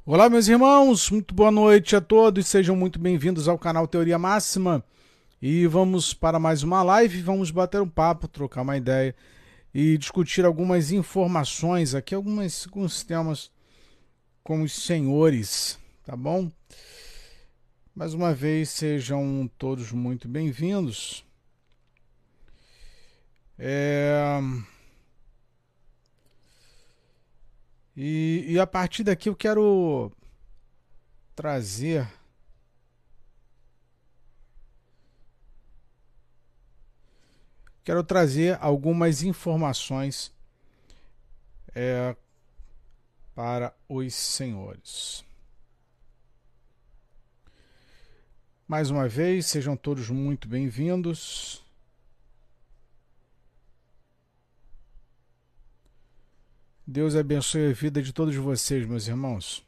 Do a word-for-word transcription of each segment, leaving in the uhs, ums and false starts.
Olá, meus irmãos, muito boa noite a todos, sejam muito bem-vindos ao canal Teoria Máxima e vamos para mais uma live, vamos bater um papo, trocar uma ideia e discutir algumas informações aqui, algumas, alguns temas com os senhores, tá bom? Mais uma vez, sejam todos muito bem-vindos. É... E, e a partir daqui eu quero trazer quero trazer algumas informações é, para os senhores. Mais uma vez, sejam todos muito bem-vindos. Deus abençoe a vida de todos vocês, meus irmãos.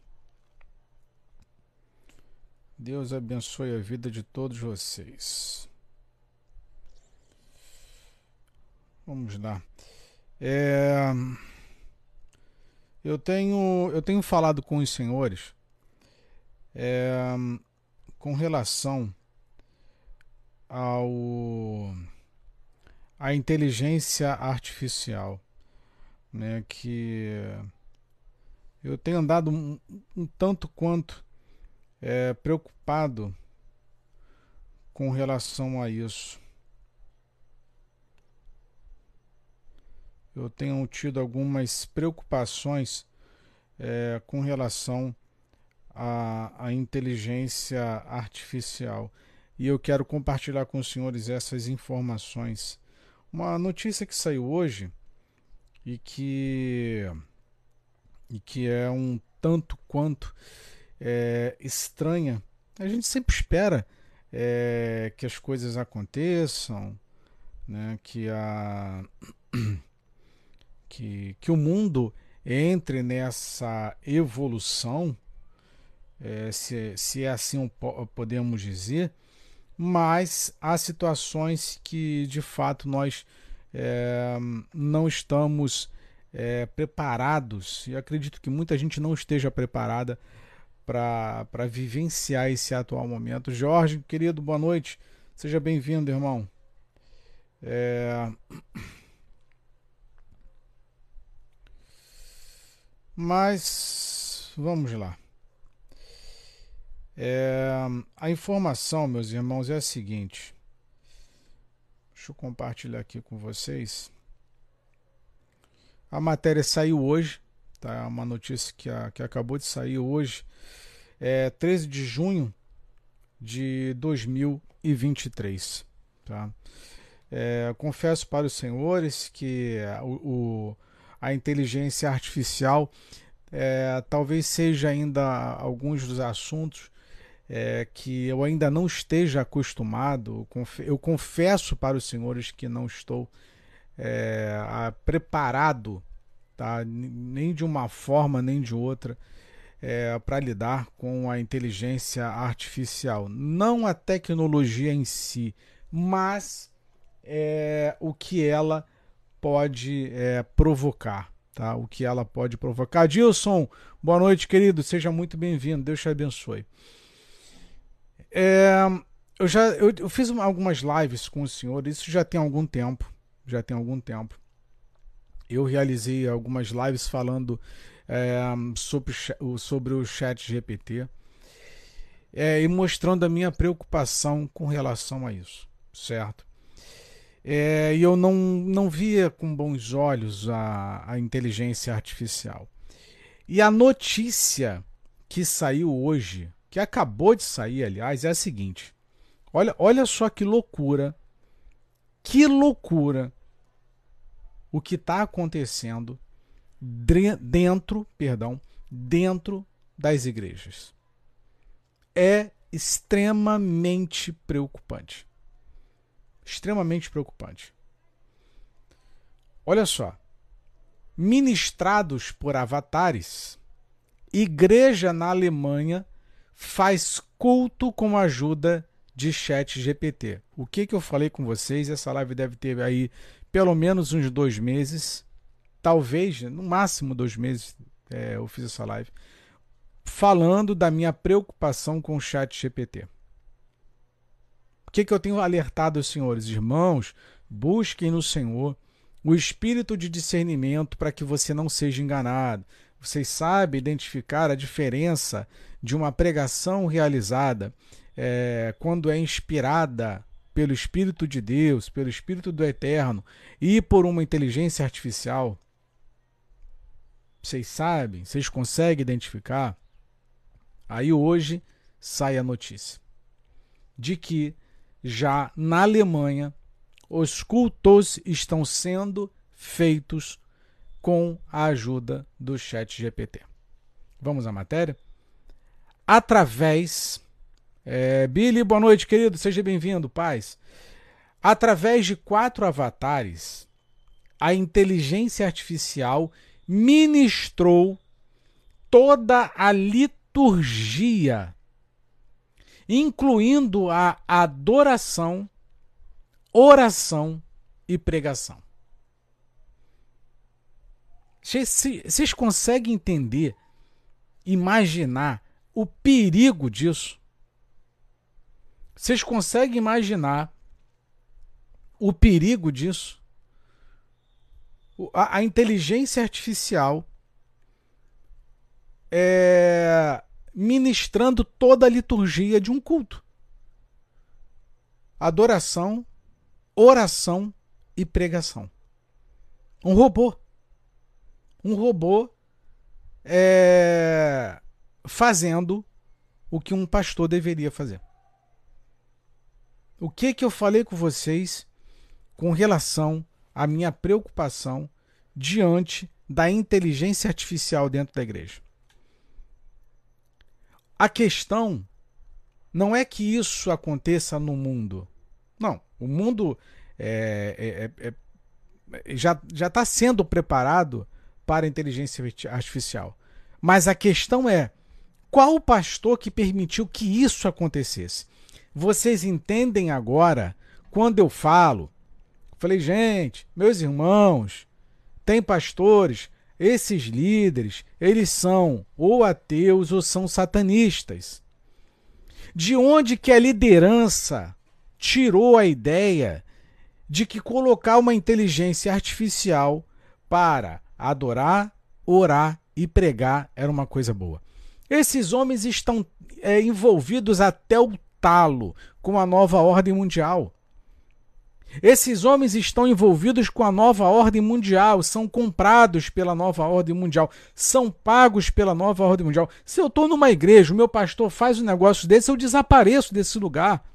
Deus abençoe a vida de todos vocês. Vamos lá. É... Eu tenho, eu tenho falado com os senhores é, com relação ao à inteligência artificial, né? Que eu tenho andado um, um tanto quanto é, preocupado com relação a isso. Eu tenho tido algumas preocupações é, com relação à, à inteligência artificial. E eu quero compartilhar com os senhores essas informações. Uma notícia que saiu hoje e que, e que é um tanto quanto é, estranha. A gente sempre espera é, que as coisas aconteçam, né, que a que, que o mundo entre nessa evolução, é, se, se é assim podemos dizer, mas há situações que de fato nós é, não estamos é, preparados, e acredito que muita gente não esteja preparada para vivenciar esse atual momento. Jorge, querido, boa noite, seja bem-vindo, irmão. É, Mas vamos lá. É, a informação, meus irmãos, é a seguinte. Deixa eu compartilhar aqui com vocês. A matéria saiu hoje, tá? É uma notícia que, a, que acabou de sair hoje, é treze de junho de dois mil e vinte e três. Tá? É, confesso para os senhores que o, o a inteligência artificial é, talvez seja ainda alguns dos assuntos é, que eu ainda não esteja acostumado. Eu confesso para os senhores que não estou é, a, preparado, tá? Nem de uma forma nem de outra, é, para lidar com a inteligência artificial. Não a tecnologia em si, mas é, o que ela pode é, provocar, tá? O que ela pode provocar. Dilson, boa noite, querido. Seja muito bem-vindo. Deus te abençoe. É, eu já eu, eu fiz algumas lives com o senhor. Isso já tem algum tempo. Já tem algum tempo. Eu realizei algumas lives falando é, sobre, sobre o chat G P T é, e mostrando a minha preocupação com relação a isso, certo? É, e eu não, não via com bons olhos a, a inteligência artificial. E a notícia que saiu hoje, que acabou de sair, aliás, é a seguinte. Olha, olha só que loucura, que loucura o que está acontecendo dentro, perdão, dentro das igrejas. É extremamente preocupante. Extremamente preocupante. Olha só. Ministrados por avatares, igreja na Alemanha faz culto com a ajuda de chat G P T. O que, que eu falei com vocês? Essa live deve ter aí pelo menos uns dois meses. Talvez, no máximo dois meses, é, eu fiz essa live. falando da minha preocupação com o chat G P T. O que, que eu tenho alertado os senhores? Irmãos, busquem no Senhor o espírito de discernimento para que você não seja enganado. Vocês sabem identificar a diferença de uma pregação realizada é, quando é inspirada pelo Espírito de Deus, pelo Espírito do Eterno e por uma inteligência artificial? Vocês sabem? Vocês conseguem identificar? Aí hoje sai a notícia de que já na Alemanha os cultos estão sendo feitos com a ajuda do chat G P T. Vamos à matéria? Através... É, Billy, boa noite, querido. Seja bem-vindo, paz. Através de quatro avatares, a inteligência artificial ministrou toda a liturgia, incluindo a adoração, oração e pregação. Vocês conseguem entender, imaginar o perigo disso? Vocês conseguem imaginar o perigo disso? A, a inteligência artificial é, ministrando toda a liturgia de um culto. Adoração, oração e pregação. Um robô. Um robô é, fazendo o que um pastor deveria fazer. O que que eu falei com vocês com relação à minha preocupação diante da inteligência artificial dentro da igreja? A questão não é que isso aconteça no mundo. Não, o mundo é, é, é, já já está sendo preparado para a inteligência artificial. Mas a questão é, qual o pastor que permitiu que isso acontecesse? Vocês entendem agora, quando eu falo, falei, gente, meus irmãos, tem pastores, esses líderes, eles são ou ateus ou são satanistas. De onde que a liderança tirou a ideia de que colocar uma inteligência artificial para adorar, orar e pregar era uma coisa boa? Esses homens estão é, envolvidos até o talo com a nova ordem mundial. Esses homens estão envolvidos com a nova ordem mundial, são comprados pela nova ordem mundial, são pagos pela nova ordem mundial. Se eu estou numa igreja, o meu pastor faz um negócio desse, eu desapareço desse lugar.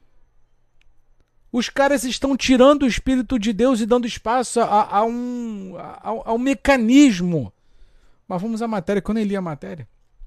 Os caras estão tirando o Espírito de Deus e dando espaço a, a, um, a, a um mecanismo. Mas vamos à matéria, que eu nem li a matéria.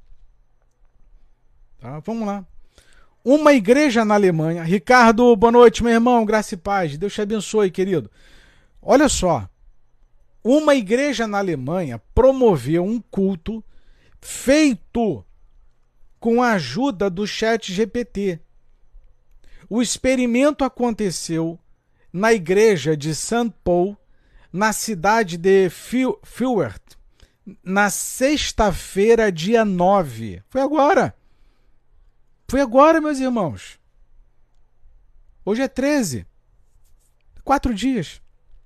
Tá, vamos lá. Uma igreja na Alemanha. Ricardo, boa noite, meu irmão. Graça e paz. Deus te abençoe, querido. Olha só. Uma igreja na Alemanha promoveu um culto feito com a ajuda do chat G P T. O experimento aconteceu na igreja de Saint Paul, na cidade de Fürth, na sexta-feira, dia nove. Foi agora. Foi agora, meus irmãos. Hoje é treze. Quatro dias.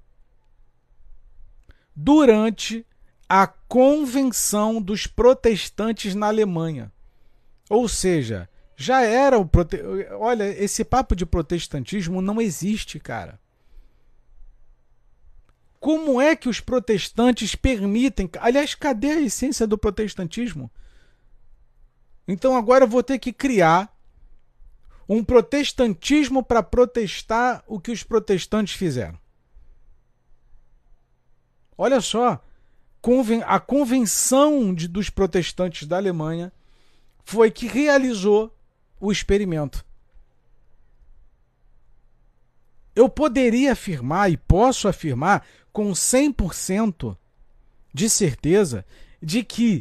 Durante a convenção dos protestantes na Alemanha. Ou seja, já era o... Prote... Olha, esse papo de protestantismo não existe, cara. Como é que os protestantes permitem... Aliás, cadê a essência do protestantismo? Então agora eu vou ter que criar um protestantismo para protestar o que os protestantes fizeram. Olha só, a convenção de, dos protestantes da Alemanha foi que realizou o experimento. Eu poderia afirmar, e posso afirmar com cem por cento de certeza, de que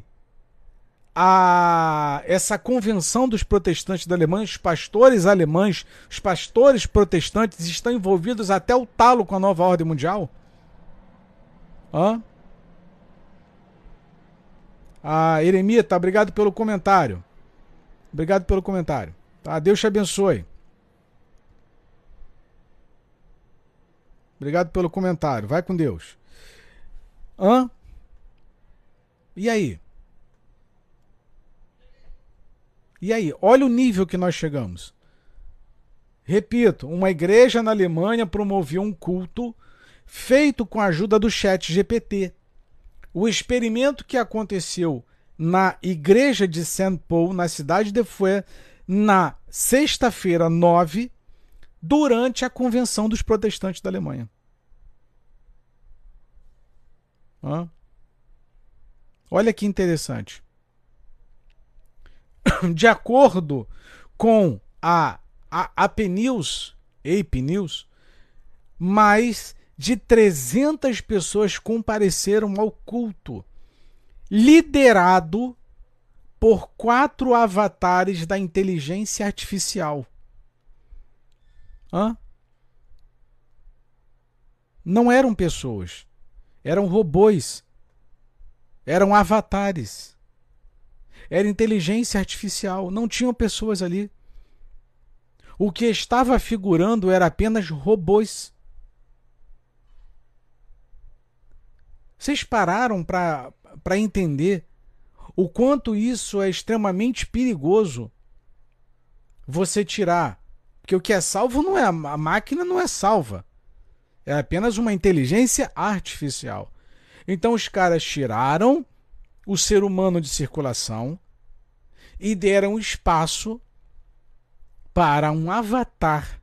A, essa convenção dos protestantes da Alemanha, os pastores alemães, os pastores protestantes estão envolvidos até o talo com a nova ordem mundial? Hã? A Eremita, obrigado pelo comentário. Obrigado pelo comentário. Tá? Deus te abençoe. Obrigado pelo comentário. Vai com Deus. Hã? E aí? E aí? Olha o nível que nós chegamos. Repito, uma igreja na Alemanha promoveu um culto feito com a ajuda do chat G P T. O experimento que aconteceu na igreja de Saint Paul, na cidade de Fouet, na sexta-feira nove, durante a convenção dos protestantes da Alemanha. Hã? Olha que interessante. De acordo com a, a A P News, A P News, mais de trezentas pessoas compareceram ao culto, liderado por quatro avatares da inteligência artificial. Hã? Não eram pessoas, eram robôs, eram avatares, era inteligência artificial, não tinham pessoas ali. O que estava figurando era apenas robôs. Vocês pararam para para entender o quanto isso é extremamente perigoso você tirar? Porque o que é salvo não é, a máquina não é salva. É apenas uma inteligência artificial. Então os caras tiraram o ser humano de circulação e deram espaço para um avatar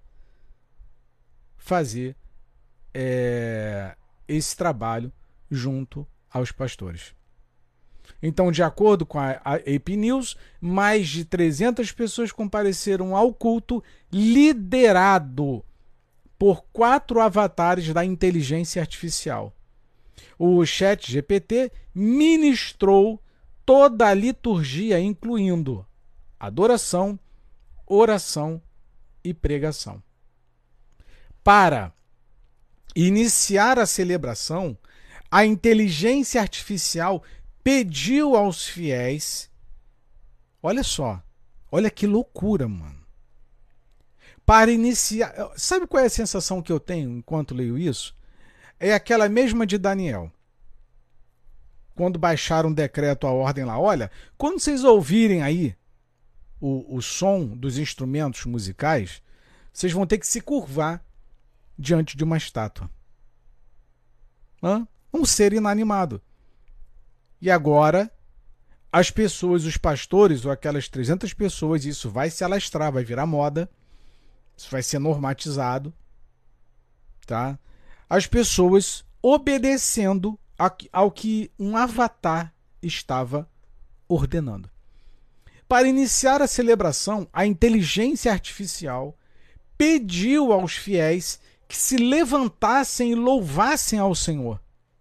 fazer é, esse trabalho junto aos pastores. Então, de acordo com a A P News, mais de trezentas pessoas compareceram ao culto liderado por quatro avatares da inteligência artificial. O chat G P T ministrou toda a liturgia, incluindo adoração, oração e pregação. Para iniciar a celebração, a inteligência artificial pediu aos fiéis, olha só, olha que loucura, mano. Para iniciar, sabe qual é a sensação que eu tenho enquanto leio isso? É aquela mesma de Daniel. Quando baixaram o decreto, a ordem lá, olha, quando vocês ouvirem aí o, o som dos instrumentos musicais, vocês vão ter que se curvar diante de uma estátua. Hã? Um ser inanimado. E agora, as pessoas, os pastores, ou aquelas trezentas pessoas, isso vai se alastrar, vai virar moda, isso vai ser normatizado, tá? As pessoas obedecendo ao que um avatar estava ordenando. Para iniciar a celebração, a inteligência artificial pediu aos fiéis que se levantassem e louvassem ao Senhor.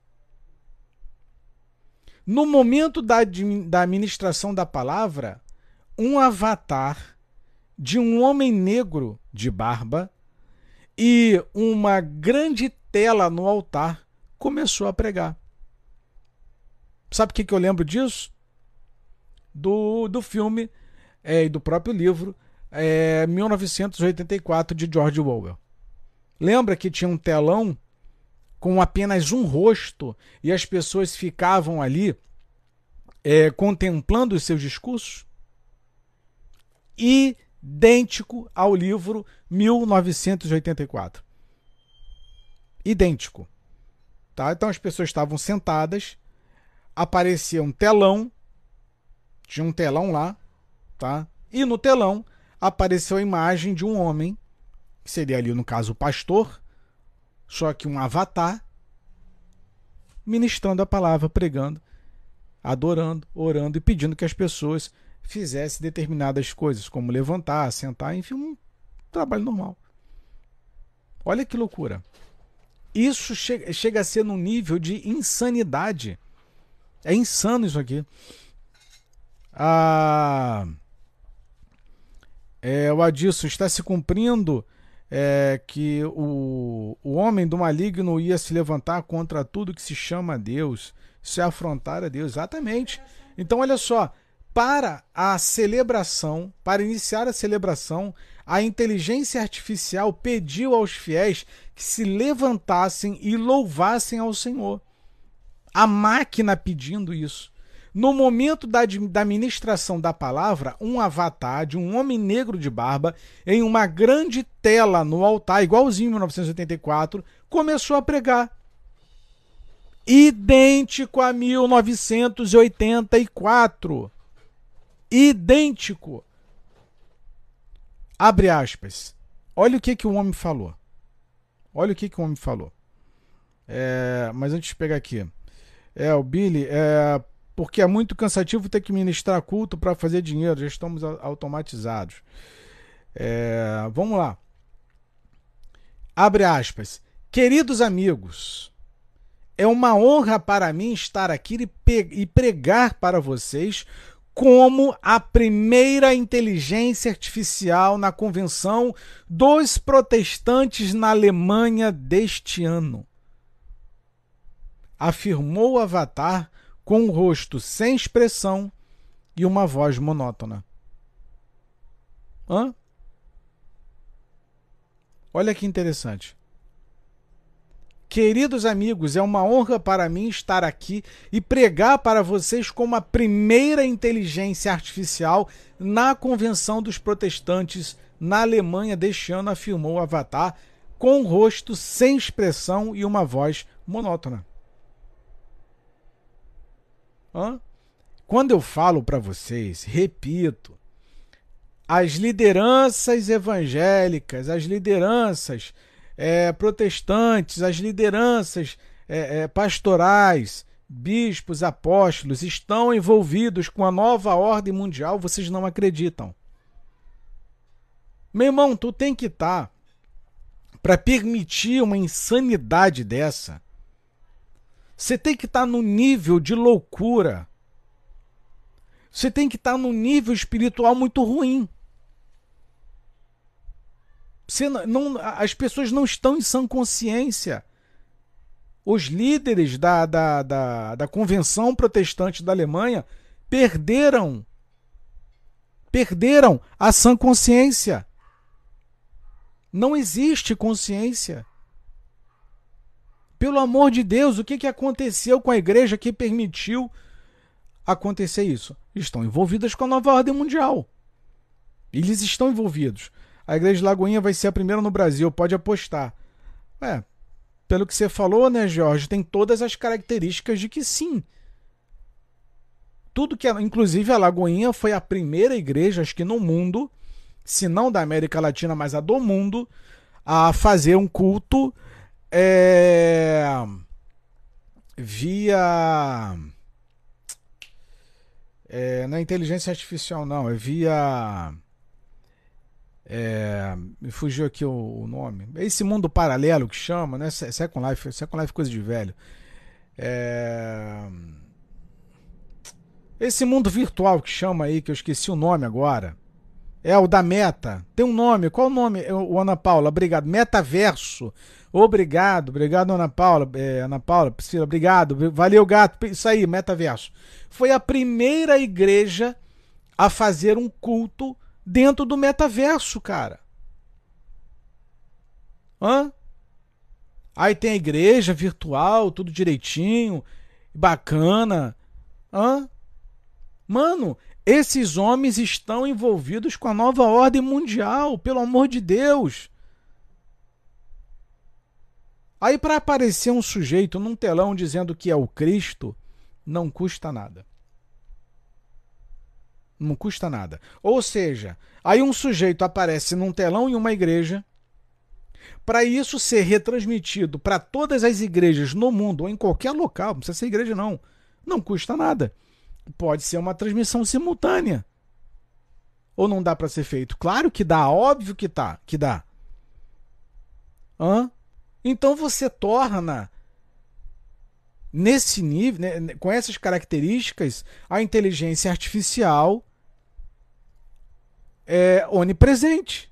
No momento da, da administração da palavra, um avatar de um homem negro de barba e uma grande tela no altar começou a pregar. Sabe o que, que eu lembro disso? Do, do filme e é, do próprio livro é, mil novecentos e oitenta e quatro de George Orwell. Lembra que tinha um telão com apenas um rosto e as pessoas ficavam ali é, contemplando os seus discursos? Idêntico ao livro mil novecentos e oitenta e quatro. Idêntico. Tá? Então as pessoas estavam sentadas, aparecia um telão, tinha um telão lá, tá? E no telão apareceu a imagem de um homem, que seria ali no caso o pastor, só que um avatar, ministrando a palavra, pregando, adorando, orando e pedindo que as pessoas fizessem determinadas coisas, como levantar, sentar, enfim, um trabalho normal. Olha que loucura. Isso chega, chega a ser num nível de insanidade. É insano isso aqui. Ah, é, o Adilson está se cumprindo é, que o, o homem do maligno ia se levantar contra tudo que se chama Deus, se afrontar a Deus. Exatamente. Então, olha só, para a celebração, para iniciar a celebração, a inteligência artificial pediu aos fiéis que se levantassem e louvassem ao Senhor. A máquina pedindo isso. No momento da, da ministração da palavra, um avatar de um homem negro de barba, em uma grande tela no altar, igualzinho em mil novecentos e oitenta e quatro, começou a pregar. Idêntico a mil novecentos e oitenta e quatro. Idêntico. Abre aspas. Olha o que, que o homem falou. Olha o que, que o homem falou. É, mas antes de pegar aqui. É, o Billy, é, porque é muito cansativo ter que ministrar culto para fazer dinheiro. Já estamos automatizados. É, vamos lá. Abre aspas. Queridos amigos, é uma honra para mim estar aqui e pregar para vocês como a primeira inteligência artificial na convenção dos protestantes na Alemanha deste ano. Afirmou o avatar com um rosto sem expressão e uma voz monótona. Hã? Olha que interessante. Queridos amigos, é uma honra para mim estar aqui e pregar para vocês como a primeira inteligência artificial na Convenção dos Protestantes na Alemanha deste ano, afirmou o avatar, com um rosto sem expressão e uma voz monótona. Hã? Quando eu falo para vocês, repito, as lideranças evangélicas, as lideranças É, protestantes, as lideranças é, é, pastorais, bispos, apóstolos, estão envolvidos com a nova ordem mundial, vocês não acreditam. Meu irmão, tu tem que estar para permitir uma insanidade dessa. Você tem que estar no nível de loucura. Você tem que estar num nível espiritual muito ruim. Você não, não, as pessoas não estão em sã consciência. Os líderes da, da, da, da Convenção Protestante da Alemanha perderam, perderam a sã consciência. Não existe consciência. Pelo amor de Deus, o que, que aconteceu com a igreja que permitiu acontecer isso? Estão envolvidas com a nova ordem mundial. Eles estão envolvidos. A igreja de Lagoinha vai ser a primeira no Brasil, pode apostar. É, pelo que você falou, né, Jorge, tem todas as características de que sim. Tudo que, inclusive a Lagoinha foi a primeira igreja, acho que no mundo, se não da América Latina, mas a do mundo, a fazer um culto é, via... É, não é inteligência artificial, não, é via... É, me fugiu aqui o, o nome. Esse mundo paralelo que chama, né? Second Life, Second Life é coisa de velho. É, esse mundo virtual que chama aí, que eu esqueci o nome agora. É o da Meta. Tem um nome. Qual o nome? O Ana Paula, obrigado. Metaverso. Obrigado, obrigado, Ana Paula. É, Ana Paula, Priscila, obrigado. Valeu, gato. Isso aí, Metaverso. Foi a primeira igreja a fazer um culto dentro do metaverso, cara. Hã? Aí tem a igreja virtual, tudo direitinho, bacana. Hã? Mano, esses homens estão envolvidos com a nova ordem mundial, pelo amor de Deus. Aí para aparecer um sujeito num telão dizendo que é o Cristo, não custa nada. Não custa nada. Ou seja, aí um sujeito aparece num telão em uma igreja, para isso ser retransmitido para todas as igrejas no mundo, ou em qualquer local, não precisa ser igreja não, não custa nada. Pode ser uma transmissão simultânea. Ou não dá para ser feito? Claro que dá, óbvio que, tá, que dá. Hã? Então você torna, nesse nível, né, com essas características, a inteligência artificial é onipresente.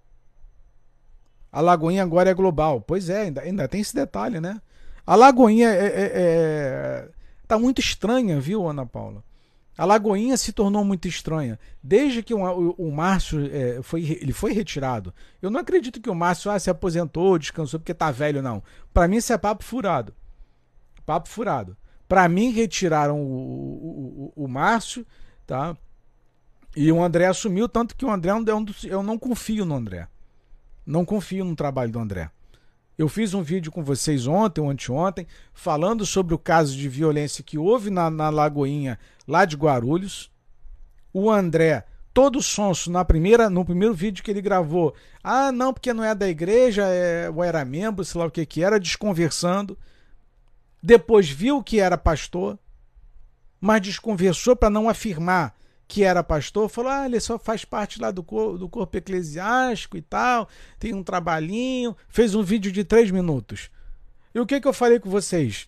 A Lagoinha agora é global. Pois é, ainda, ainda tem esse detalhe, né? A Lagoinha é, é, é, tá muito estranha, viu, Ana Paula? A Lagoinha se tornou muito estranha. Desde que o, o, o Márcio é, foi, ele foi retirado. Eu não acredito que o Márcio ah, se aposentou, descansou porque tá velho, não. Para mim isso é papo furado. Papo furado. Para mim retiraram o, o, o, o Márcio, tá? E o André assumiu, tanto que o André é um dos, eu não confio no André. Não confio no trabalho do André. Eu fiz um vídeo com vocês ontem ou anteontem, falando sobre o caso de violência que houve na, na Lagoinha, lá de Guarulhos. O André, todo sonso, na primeira, no primeiro vídeo que ele gravou, ah, não, porque não é da igreja, é, ou era membro, sei lá o que que era, desconversando. Depois viu que era pastor, mas desconversou para não afirmar que era pastor, falou, ah, ele só faz parte lá do, cor, do corpo eclesiástico e tal, tem um trabalhinho, fez um vídeo de três minutos. E o que, que eu falei com vocês?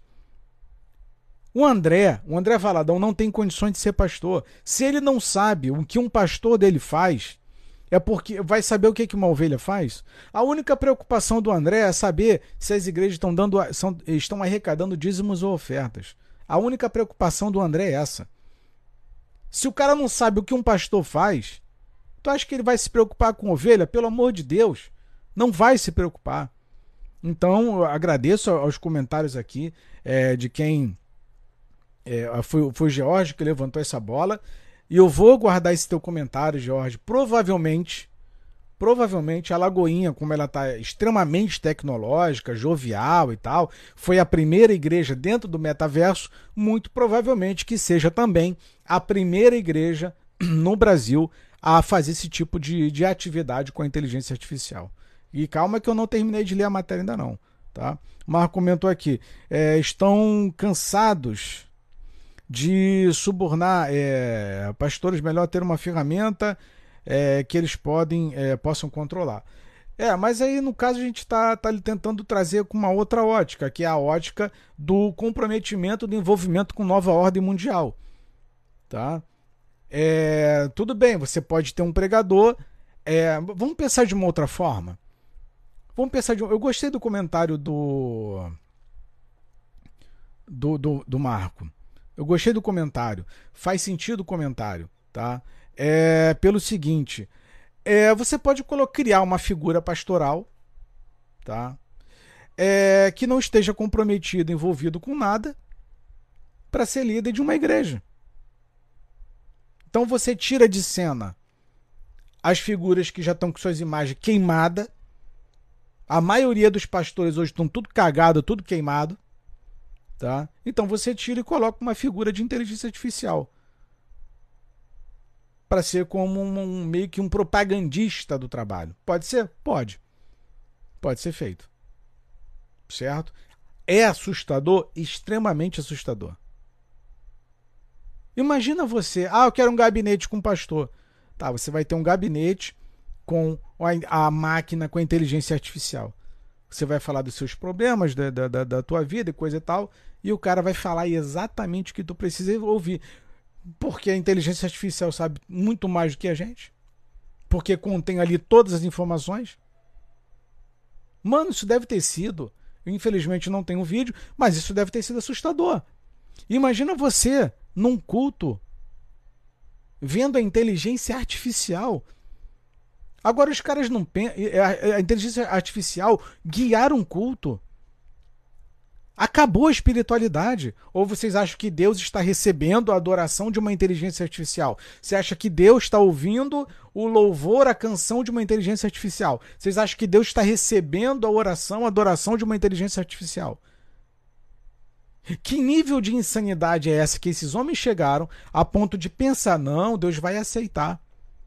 O André, o André Valadão não tem condições de ser pastor. Se ele não sabe o que um pastor dele faz, é porque vai saber o que, que uma ovelha faz? A única preocupação do André é saber se as igrejas estão, dando, são, estão arrecadando dízimos ou ofertas. A única preocupação do André é essa. Se o cara não sabe o que um pastor faz, tu acha que ele vai se preocupar com ovelha? Pelo amor de Deus, não vai se preocupar. Então, eu agradeço aos comentários aqui é, de quem é, foi, foi o George que levantou essa bola. E eu vou guardar esse teu comentário, George. Provavelmente, provavelmente a Lagoinha, como ela está extremamente tecnológica, jovial e tal, foi a primeira igreja dentro do metaverso, muito provavelmente que seja também a primeira igreja no Brasil a fazer esse tipo de, de atividade com a inteligência artificial. E calma que eu não terminei de ler a matéria ainda não. Tá? Marco comentou aqui, é, estão cansados de subornar é, pastores, melhor ter uma ferramenta é, que eles podem, é, possam controlar. É, mas aí no caso a gente está tá tentando trazer com uma outra ótica, que é a ótica do comprometimento, do envolvimento com nova ordem mundial. Tá? É, tudo bem, você pode ter um pregador. É, vamos pensar de uma outra forma. Vamos pensar de, eu gostei do comentário do, do, do, do Marco. Eu gostei do comentário. Faz sentido o comentário. Tá? É, pelo seguinte, é, você pode colocar, criar uma figura pastoral, tá? É, que não esteja comprometido, envolvido com nada, para ser líder de uma igreja. Então você tira de cena as figuras que já estão com suas imagens queimadas. A maioria dos pastores hoje estão tudo cagado, tudo queimado. Tá? Então você tira e coloca uma figura de inteligência artificial para ser como um, um, meio que um propagandista do trabalho. Pode ser? Pode. Pode ser feito. Certo? É assustador? Extremamente assustador. Imagina você, ah, eu quero um gabinete com pastor. Tá, você vai ter um gabinete com a, a máquina, com a inteligência artificial. Você vai falar dos seus problemas, da, da, da tua vida e coisa e tal, e o cara vai falar exatamente o que tu precisa ouvir. Porque a inteligência artificial sabe muito mais do que a gente. Porque contém ali todas as informações. Mano, isso deve ter sido... Eu, infelizmente não tenho vídeo, mas isso deve ter sido assustador. Imagina você, num culto, vendo a inteligência artificial. Agora os caras não pensam... A inteligência artificial guiar um culto. Acabou a espiritualidade. Ou vocês acham que Deus está recebendo a adoração de uma inteligência artificial? Você acha que Deus está ouvindo o louvor, a canção de uma inteligência artificial? Vocês acham que Deus está recebendo a oração, a adoração de uma inteligência artificial? Que nível de insanidade é essa que esses homens chegaram a ponto de pensar, não, Deus vai aceitar?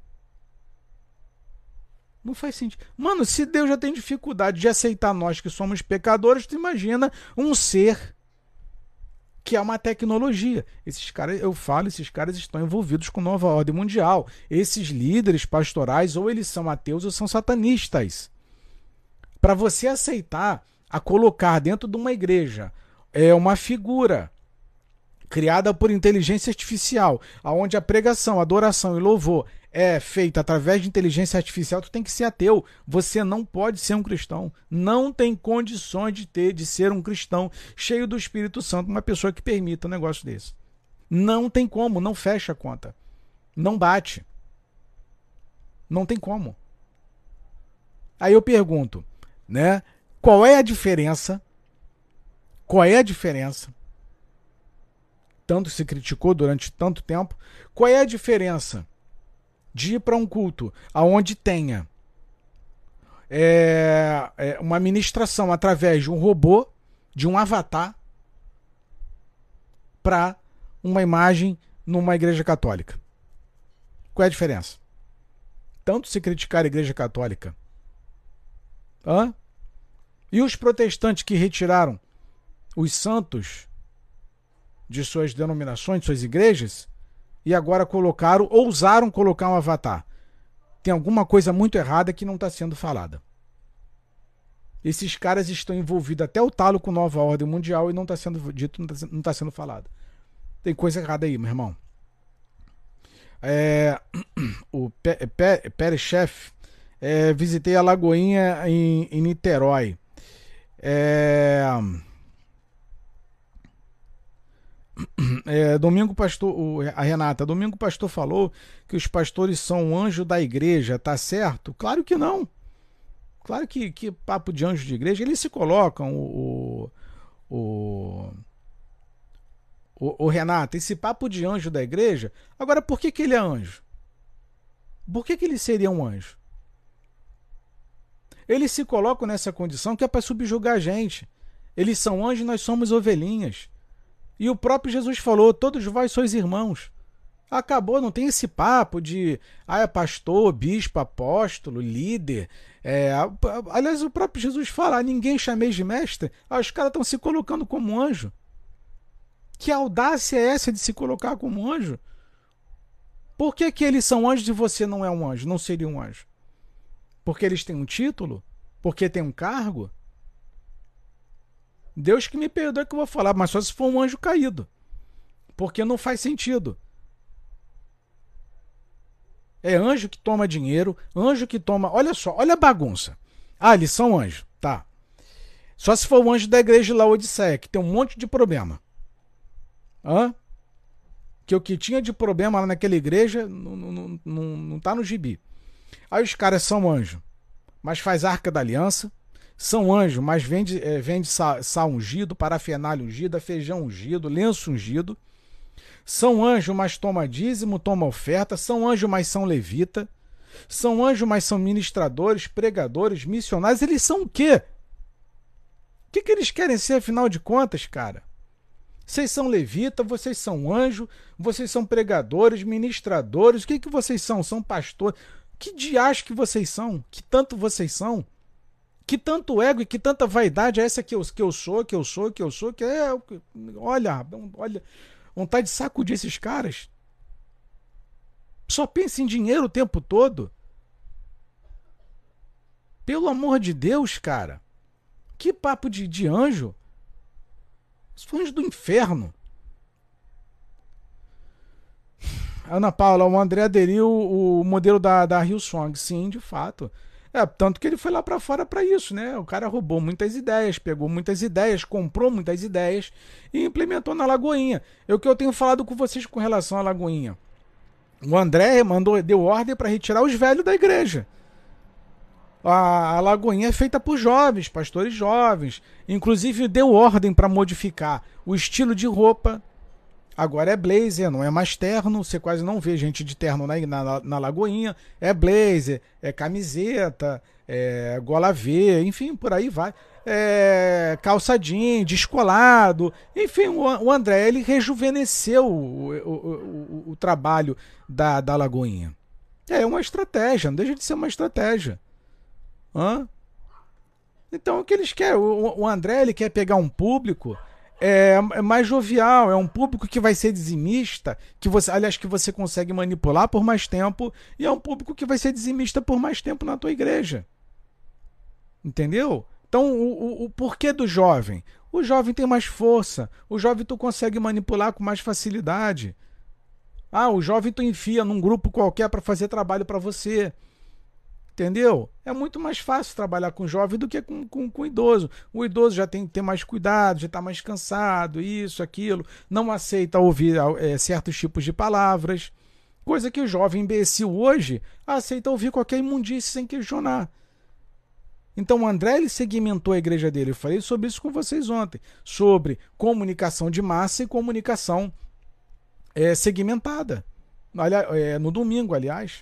Não faz sentido. Mano, se Deus já tem dificuldade de aceitar nós que somos pecadores, tu imagina um ser que é uma tecnologia. Esses caras, eu falo, esses caras estão envolvidos com nova ordem mundial. Esses líderes pastorais, ou eles são ateus ou são satanistas. Para você aceitar a colocar dentro de uma igreja é uma figura criada por inteligência artificial, onde a pregação, adoração e louvor é feita através de inteligência artificial, tu tem que ser ateu. Você não pode ser um cristão. Não tem condições de ter, de ser um cristão cheio do Espírito Santo, uma pessoa que permita um negócio desse. Não tem como, não fecha a conta. Não bate. Não tem como. Aí eu pergunto, né? Qual é a diferença? Qual é a diferença? Tanto se criticou durante tanto tempo. Qual é a diferença de ir para um culto aonde tenha é, é, uma ministração através de um robô, de um avatar, para uma imagem numa igreja católica? Qual é a diferença? Tanto se criticar a igreja católica. Hã? E os protestantes que retiraram os santos de suas denominações, de suas igrejas, e agora colocaram, ousaram colocar um avatar. Tem alguma coisa muito errada que não está sendo falada. Esses caras estão envolvidos até o talo com nova ordem mundial e não está sendo dito, não está sendo falado. Tem coisa errada aí, meu irmão. É, o Pérez-Chef, é, visitei a Lagoinha em, em Niterói. É, é, domingo pastor, o, a Renata, domingo o pastor falou que os pastores são anjo da igreja, tá certo? Claro que não. Claro que, que papo de anjo de igreja, eles se colocam, o, o, o, o Renata, esse papo de anjo da igreja, agora por que, que ele é anjo? Por que, que ele seria um anjo? Eles se colocam nessa condição que é para subjugar a gente. Eles são anjos, nós somos ovelhinhas. E o próprio Jesus falou, todos vós sois irmãos. Acabou, não tem esse papo de ah, é pastor, bispo, apóstolo, líder. É, aliás, o próprio Jesus fala, ninguém chameis de mestre. Ah, os caras estão se colocando como anjo. Que audácia é essa de se colocar como anjo? Por que, que eles são anjos e você não é um anjo? Não seria um anjo? Porque eles têm um título? Porque tem um cargo? Deus que me perdoe que eu vou falar, mas só se for um anjo caído. Porque não faz sentido. É anjo que toma dinheiro, anjo que toma... Olha só, olha a bagunça. Ah, eles são anjos, tá. Só se for o anjo da igreja de Laodiceia, que tem um monte de problema. Hã? Que o que tinha de problema lá naquela igreja não, não, não, não tá no gibi. Aí os caras são anjos, mas faz arca da aliança. São anjos, mas vende, é, vende sal, sal ungido, parafernália ungida, feijão ungido, lenço ungido. São anjos, mas toma dízimo, toma oferta. São anjos, mas são levita. São anjos, mas são ministradores, pregadores, missionários. Eles são o quê? O que, que eles querem ser, afinal de contas, cara? Vocês são levita, vocês são anjo, vocês são pregadores, ministradores. O que, que vocês são? São pastores. Que diacho que vocês são? Que tanto vocês são? Que tanto ego e que tanta vaidade é essa que eu, que eu sou, que eu sou, que eu sou, que é... Olha, olha... Vontade de sacudir esses caras. Só pensa em dinheiro o tempo todo. Pelo amor de Deus, cara. Que papo de, de anjo. Os anjos do inferno. Ana Paula, o André aderiu o modelo da, da Hillsong. Sim, de fato. É, tanto que ele foi lá para fora para isso, né? O cara roubou muitas ideias, pegou muitas ideias, comprou muitas ideias e implementou na Lagoinha. É o que eu tenho falado com vocês com relação à Lagoinha. O André mandou, deu ordem para retirar os velhos da igreja. A, a Lagoinha é feita por jovens, pastores jovens. Inclusive deu ordem para modificar o estilo de roupa. Agora é blazer, não é mais terno. Você quase não vê gente de terno na, na, na Lagoinha. É blazer, é camiseta, é gola V, enfim, por aí vai. É calça jeans, descolado. Enfim, o, o André, ele rejuvenesceu o, o, o, o trabalho da, da Lagoinha. É uma estratégia, não deixa de ser uma estratégia. Hã? Então o que eles querem? O, o André, ele quer pegar um público... É, é mais jovial, é um público que vai ser dizimista, que você, aliás, que você consegue manipular por mais tempo, e é um público que vai ser dizimista por mais tempo na tua igreja. Entendeu? Então, o, o, o porquê do jovem? O jovem tem mais força, o jovem tu consegue manipular com mais facilidade. Ah, o jovem tu enfia num grupo qualquer para fazer trabalho para você. Entendeu? É muito mais fácil trabalhar com jovem do que com, com, com idoso. O idoso já tem que ter mais cuidado, já está mais cansado, isso, aquilo, não aceita ouvir é, certos tipos de palavras. Coisa que o jovem imbecil hoje aceita ouvir qualquer imundície sem questionar. Então o André ele segmentou a igreja dele. Eu falei sobre isso com vocês ontem. Sobre comunicação de massa e comunicação é, segmentada. Olha, é, no domingo, aliás.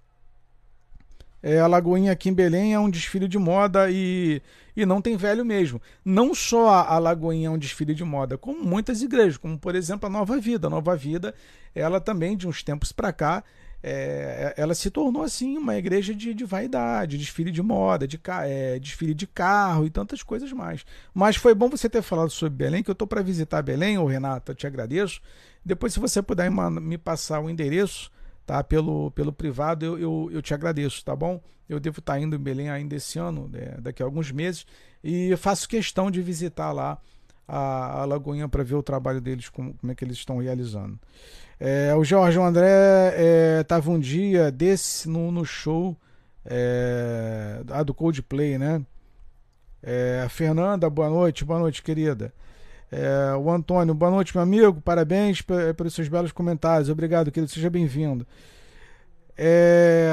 É, a Lagoinha aqui em Belém é um desfile de moda e, e não tem velho mesmo. Não só a, a Lagoinha é um desfile de moda, como muitas igrejas, como por exemplo a Nova Vida. A Nova Vida, ela também de uns tempos para cá, é, ela se tornou assim uma igreja de, de vaidade, desfile de moda, de, é, desfile de carro e tantas coisas mais. Mas foi bom você ter falado sobre Belém, que eu estou para visitar Belém, ô Renata, te agradeço. Depois, se você puder me passar o endereço, tá? Pelo, pelo privado, eu, eu, eu te agradeço, tá bom? Eu devo estar indo em Belém ainda esse ano, né, daqui a alguns meses, e eu faço questão de visitar lá a, a Lagoinha para ver o trabalho deles, como, como é que eles estão realizando. É, o Jorge o André estava é, um dia desse no, no show é, ah, do Coldplay, né? É, Fernanda, boa noite, boa noite, querida. É, o Antônio, boa noite, meu amigo. Parabéns pelos seus belos comentários. Obrigado, querido. Seja bem-vindo. É...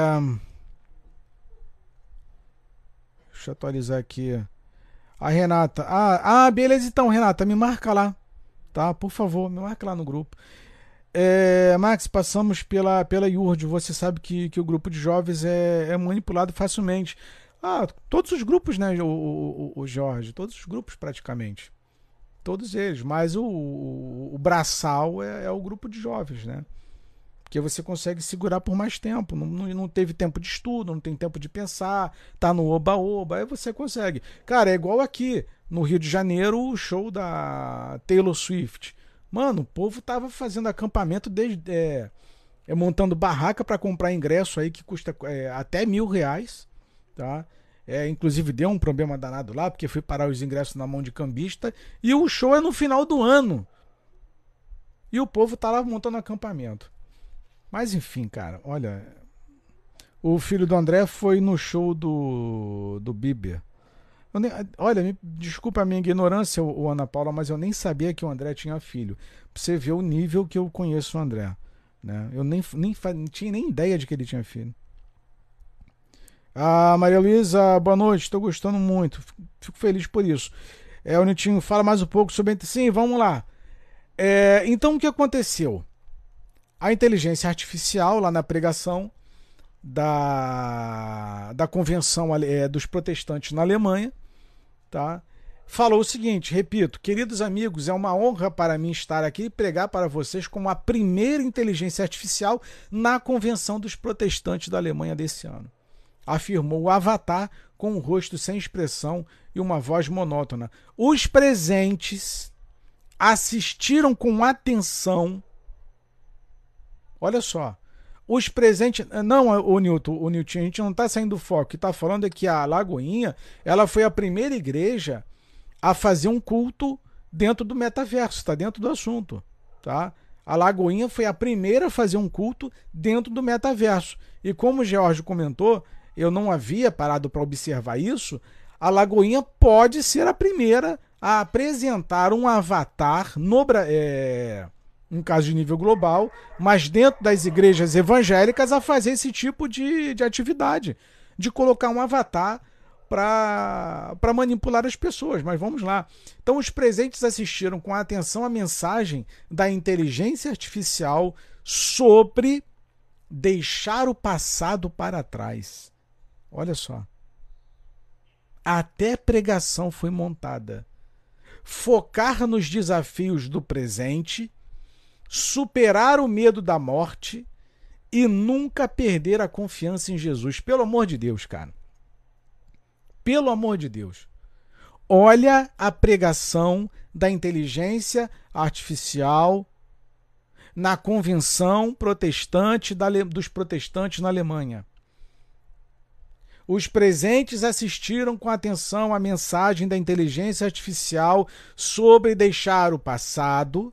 Deixa eu atualizar aqui. A Renata. Ah, ah, beleza, então, Renata. Me marca lá. Tá? Por favor, me marca lá no grupo. É, Max, passamos pela, pela I U R D. Você sabe que, que o grupo de jovens é, é manipulado facilmente. Ah, todos os grupos, né, o, o, o Jorge? Todos os grupos, praticamente. Todos eles, mas o, o, o braçal é, é o grupo de jovens, né? Porque você consegue segurar por mais tempo, não, não, não teve tempo de estudo, não tem tempo de pensar, tá no oba-oba, aí você consegue. Cara, é igual aqui, no Rio de Janeiro, o show da Taylor Swift. Mano, o povo tava fazendo acampamento, desde, é, é, montando barraca para comprar ingresso aí que custa é, até mil reais, tá? É, inclusive deu um problema danado lá, porque fui parar os ingressos na mão de cambista. E o show é no final do ano. E o povo tá lá montando acampamento. Mas enfim, cara, olha. O filho do André foi no show do, do Bieber. Eu nem, olha, me, desculpa a minha ignorância, o, Ana Paula, mas eu nem sabia que o André tinha filho. Pra você ver o nível que eu conheço o André. Né? Eu nem, nem, nem tinha nem ideia de que ele tinha filho. Ah, Maria Luísa, boa noite, estou gostando muito, fico feliz por isso. É, o Nitinho, fala mais um pouco sobre... Sim, vamos lá. É, então, o que aconteceu? A inteligência artificial, lá na pregação da, da convenção é, dos protestantes na Alemanha, tá? Falou o seguinte, repito, queridos amigos, é uma honra para mim estar aqui e pregar para vocês como a primeira inteligência artificial na convenção dos protestantes da Alemanha desse ano. Afirmou o avatar com um rosto sem expressão e uma voz monótona. Os presentes assistiram com atenção. Olha só. Os presentes... Não, o Newton, o Newton, a gente não está saindo do foco. O que está falando é que a Lagoinha ela foi a primeira igreja a fazer um culto dentro do metaverso. Está dentro do assunto. Tá? A Lagoinha foi a primeira a fazer um culto dentro do metaverso. E como o George comentou... eu não havia parado para observar isso, a Lagoinha pode ser a primeira a apresentar um avatar, no, é, um caso de nível global, mas dentro das igrejas evangélicas a fazer esse tipo de, de atividade, de colocar um avatar para manipular as pessoas. Mas vamos lá. Então os presentes assistiram com atenção a mensagem da inteligência artificial sobre deixar o passado para trás. Olha só. Até pregação foi montada. Focar nos desafios do presente, superar o medo da morte e nunca perder a confiança em Jesus. Pelo amor de Deus, cara. Pelo amor de Deus. Olha a pregação da inteligência artificial na convenção protestante da, dos protestantes na Alemanha. Os presentes assistiram com atenção à mensagem da inteligência artificial sobre deixar o passado,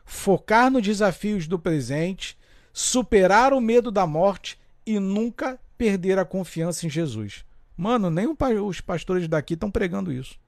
focar nos desafios do presente, superar o medo da morte e nunca perder a confiança em Jesus. Mano, nem os pastores daqui estão pregando isso.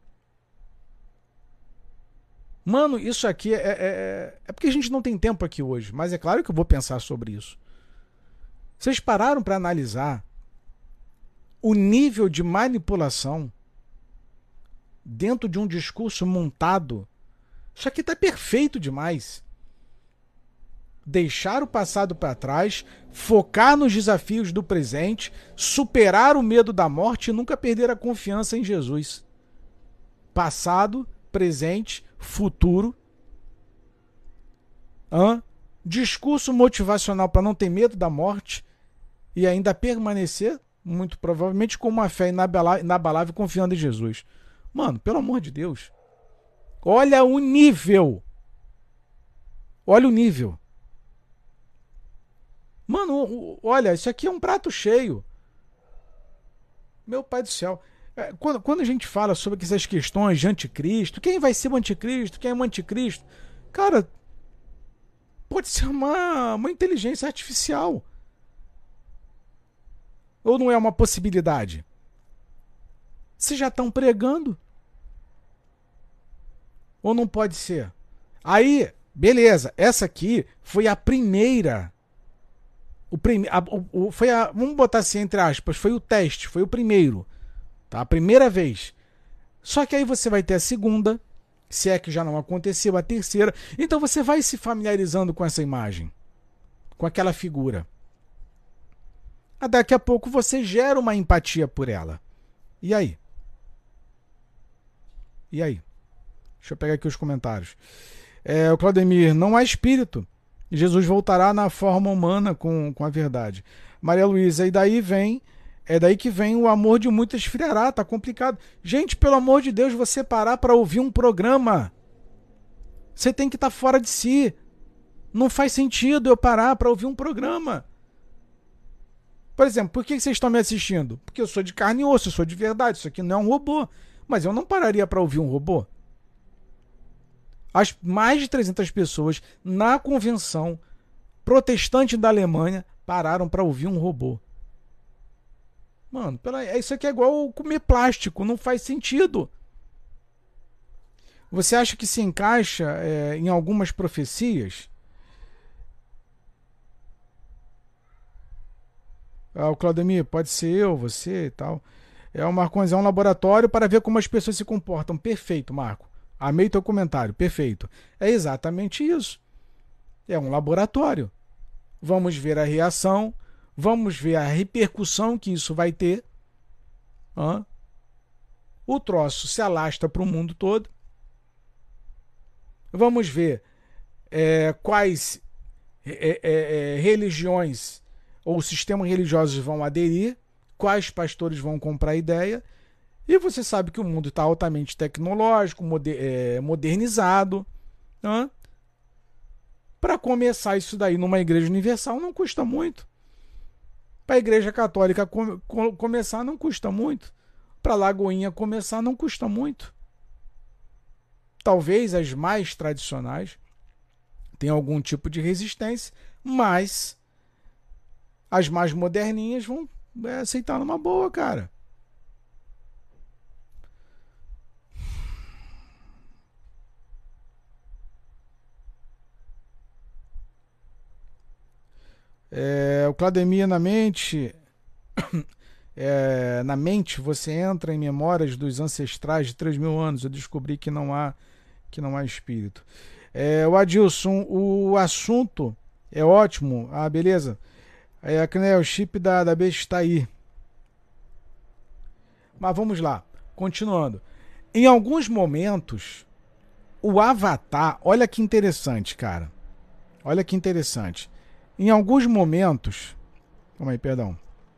Mano, isso aqui é, é, é porque a gente não tem tempo aqui hoje, mas é claro que eu vou pensar sobre isso. Vocês pararam para analisar o nível de manipulação dentro de um discurso montado? Isso aqui tá perfeito demais. Deixar o passado para trás, focar nos desafios do presente, superar o medo da morte e nunca perder a confiança em Jesus. Passado, presente, futuro. Hã? Discurso motivacional para não ter medo da morte e ainda permanecer, muito provavelmente, com uma fé inabalável confiando em Jesus. Mano, pelo amor de Deus. Olha o nível. Olha o nível. Mano, olha, isso aqui é um prato cheio. Meu pai do céu. Quando, quando a gente fala sobre essas questões de anticristo, quem vai ser o anticristo, quem é o anticristo? Cara, pode ser uma, uma inteligência artificial. Ou não é uma possibilidade? Vocês já estão pregando? Ou não pode ser? Aí, beleza, essa aqui foi a primeira. O prime, a, o, foi a, vamos botar assim entre aspas, foi o teste, foi o primeiro. Tá? A primeira vez. Só que aí você vai ter a segunda, se é que já não aconteceu, a terceira. Então você vai se familiarizando com essa imagem, com aquela figura. Daqui a pouco você gera uma empatia por ela. E aí? E aí? Deixa eu pegar aqui os comentários. É, o Claudemir, não há espírito. Jesus voltará na forma humana com, com a verdade. Maria Luísa, e daí vem, é daí que vem o amor de muitos esfriará, tá complicado. Gente, pelo amor de Deus, você parar para ouvir um programa. Você tem que estar tá fora de si. Não faz sentido eu parar para ouvir um programa. Por exemplo, por que vocês estão me assistindo? Porque eu sou de carne e osso, eu sou de verdade, isso aqui não é um robô. Mas eu não pararia para ouvir um robô. As mais de trezentas pessoas na convenção protestante da Alemanha pararam para ouvir um robô. Mano, pela, isso aqui é igual comer plástico, não faz sentido. Você acha que se encaixa é, em algumas profecias? Ah, o Claudemir, pode ser eu, você e tal. É o Marcões, é um laboratório para ver como as pessoas se comportam. Perfeito, Marco. Amei teu comentário, perfeito. É exatamente isso. É um laboratório. Vamos ver a reação, vamos ver a repercussão que isso vai ter. Hã? O troço se alastra para o mundo todo. Vamos ver é, quais é, é, é, religiões ou sistemas religiosos vão aderir, quais pastores vão comprar a ideia. E você sabe que o mundo está altamente tecnológico, moder, é, modernizado. Né? Para começar isso daí numa igreja universal não custa muito. Para a igreja católica com, com, começar não custa muito. Para a Lagoinha começar não custa muito. Talvez as mais tradicionais tenham algum tipo de resistência, mas as mais moderninhas vão é, aceitar numa boa, cara. É, o Claudemir na mente, é, na mente você entra em memórias dos ancestrais de três mil anos. Eu descobri que não há, que não há espírito. É, o Adilson, o assunto é ótimo. Ah, beleza. É, né, o chip da, da besta está aí. Mas vamos lá, continuando. Em alguns momentos, o Avatar, olha que interessante, cara. Olha que interessante. Em alguns momentos... Calma aí, perdão.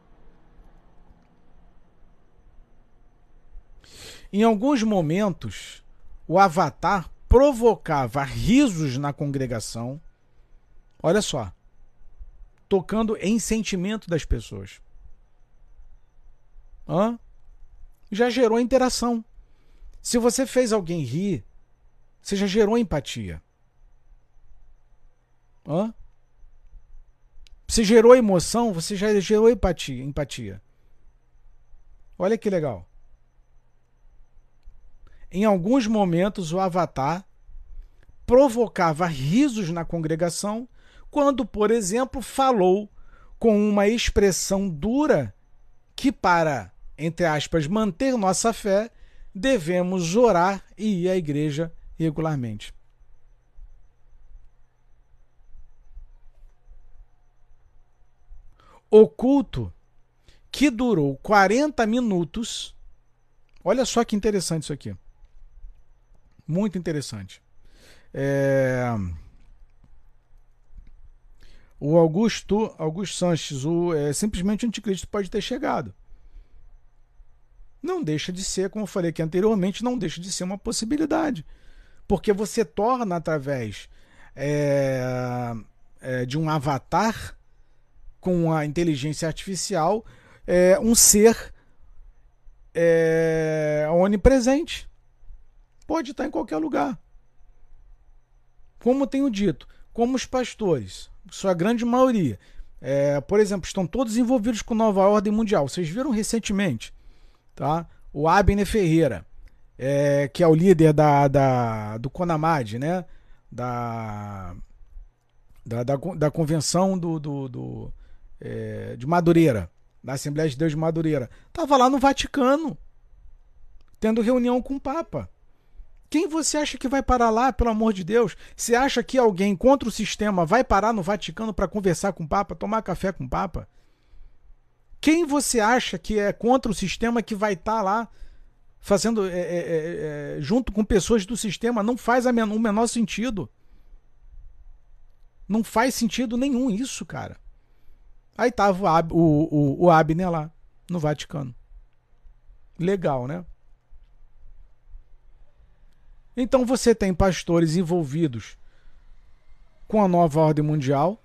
Em alguns momentos, o Avatar provocava risos na congregação. Olha só. Tocando em sentimento das pessoas. Hã? Já gerou interação. Se você fez alguém rir, você já gerou empatia. Hã? Você gerou emoção, você já gerou empatia, empatia. Olha que legal. Em alguns momentos, o avatar provocava risos na congregação quando, por exemplo, falou com uma expressão dura que, para, entre aspas, manter nossa fé, devemos orar e ir à igreja regularmente. O culto, que durou quarenta minutos, olha só que interessante isso aqui. Muito interessante. É... O Augusto, Augusto Sanches, o, é, simplesmente o anticristo pode ter chegado. Não deixa de ser, como eu falei aqui anteriormente, não deixa de ser uma possibilidade. Porque você torna, através é, é, de um avatar com a inteligência artificial, é, um ser é, onipresente. Pode estar em qualquer lugar. Como tenho dito, como os pastores, sua grande maioria, é, por exemplo, estão todos envolvidos com Nova Ordem Mundial. Vocês viram recentemente, tá? O Abner Ferreira, é, que é o líder da, da, do CONAMAD, né? Da, da, da, da convenção do, do, do é, de Madureira, da Assembleia de Deus de Madureira. Estava lá no Vaticano, tendo reunião com o Papa. Quem você acha que vai parar lá, pelo amor de Deus? Você acha que alguém contra o sistema vai parar no Vaticano para conversar com o Papa, tomar café com o Papa? Quem você acha que é contra o sistema que vai estar tá lá fazendo é, é, é, junto com pessoas do sistema? Não faz a men- o menor sentido. Não faz sentido nenhum isso, cara. Aí tava o, Ab, o, o, o Abner lá, no Vaticano. Legal, né? Então você tem pastores envolvidos com a nova ordem mundial.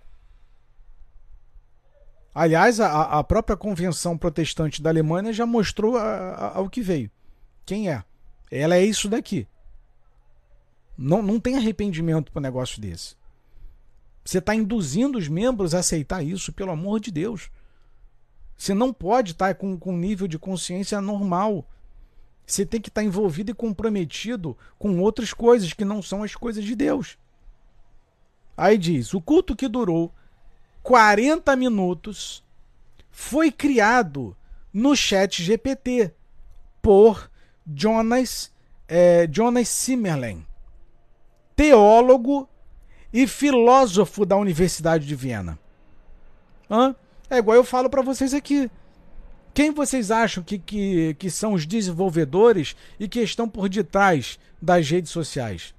Aliás, a, a própria Convenção Protestante da Alemanha já mostrou a, a, ao que veio. Quem é? Ela é isso daqui. Não, não tem arrependimento para um negócio desse. Você está induzindo os membros a aceitar isso, pelo amor de Deus. Você não pode estar com, com um nível de consciência normal. Você tem que estar envolvido e comprometido com outras coisas que não são as coisas de Deus. Aí diz, o culto que durou quarenta minutos foi criado no chat G P T por Jonas, é, Jonas Zimmerlein, teólogo e filósofo da Universidade de Viena. Hã? É igual eu falo para vocês aqui. Quem vocês acham que, que, que são os desenvolvedores e que estão por detrás das redes sociais?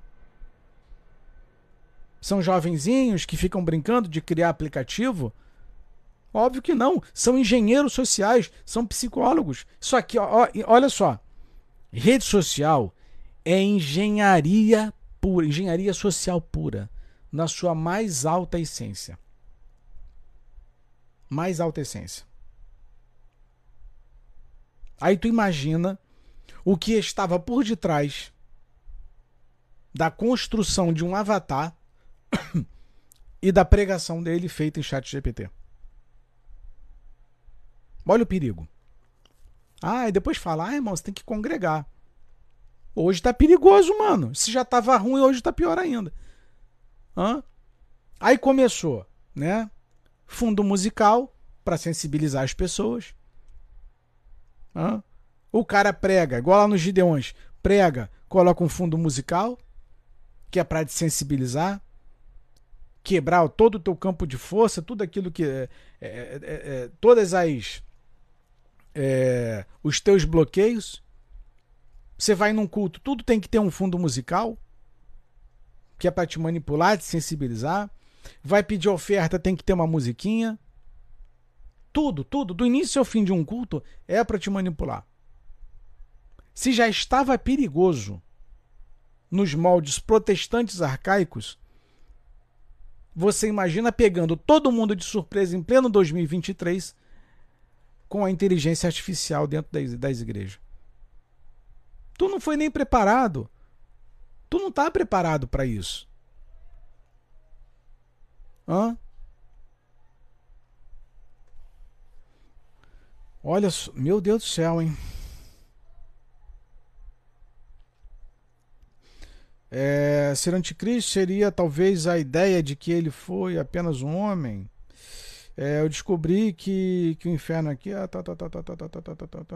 São jovenzinhos que ficam brincando de criar aplicativo? Óbvio que não. São engenheiros sociais, são psicólogos. Isso aqui, ó, olha só. Rede social é engenharia pura, engenharia social pura, na sua mais alta essência. Mais alta essência. Aí tu imagina o que estava por detrás da construção de um avatar e da pregação dele feita em chat G P T. Olha o perigo. Ah, e depois fala, ah, irmão, você tem que congregar. Hoje tá perigoso, mano. Se já tava ruim, hoje tá pior ainda. Hã? Aí começou, né? Fundo musical para sensibilizar as pessoas. Hã? O cara prega, igual lá nos Gideões, prega, coloca um fundo musical, que é para te sensibilizar, quebrar todo o teu campo de força, tudo aquilo que é, é, é, é, todas as é, os teus bloqueios. Você vai num culto, tudo tem que ter um fundo musical, que é para te manipular, te sensibilizar. Vai pedir oferta, tem que ter uma musiquinha. Tudo, tudo, do início ao fim de um culto é para te manipular. Se já estava perigoso nos moldes protestantes arcaicos, você imagina pegando todo mundo de surpresa em pleno dois mil e vinte e três com a inteligência artificial dentro das, das igrejas. Tu não foi nem preparado. Tu não está preparado para isso. Hã? Olha, meu Deus do céu, hein? É, ser anticristo seria talvez a ideia de que ele foi apenas um homem. É, eu descobri que, que o inferno aqui. Ah, tá, tá, tá, tá, tá, tá, tá, tá, tá, tá.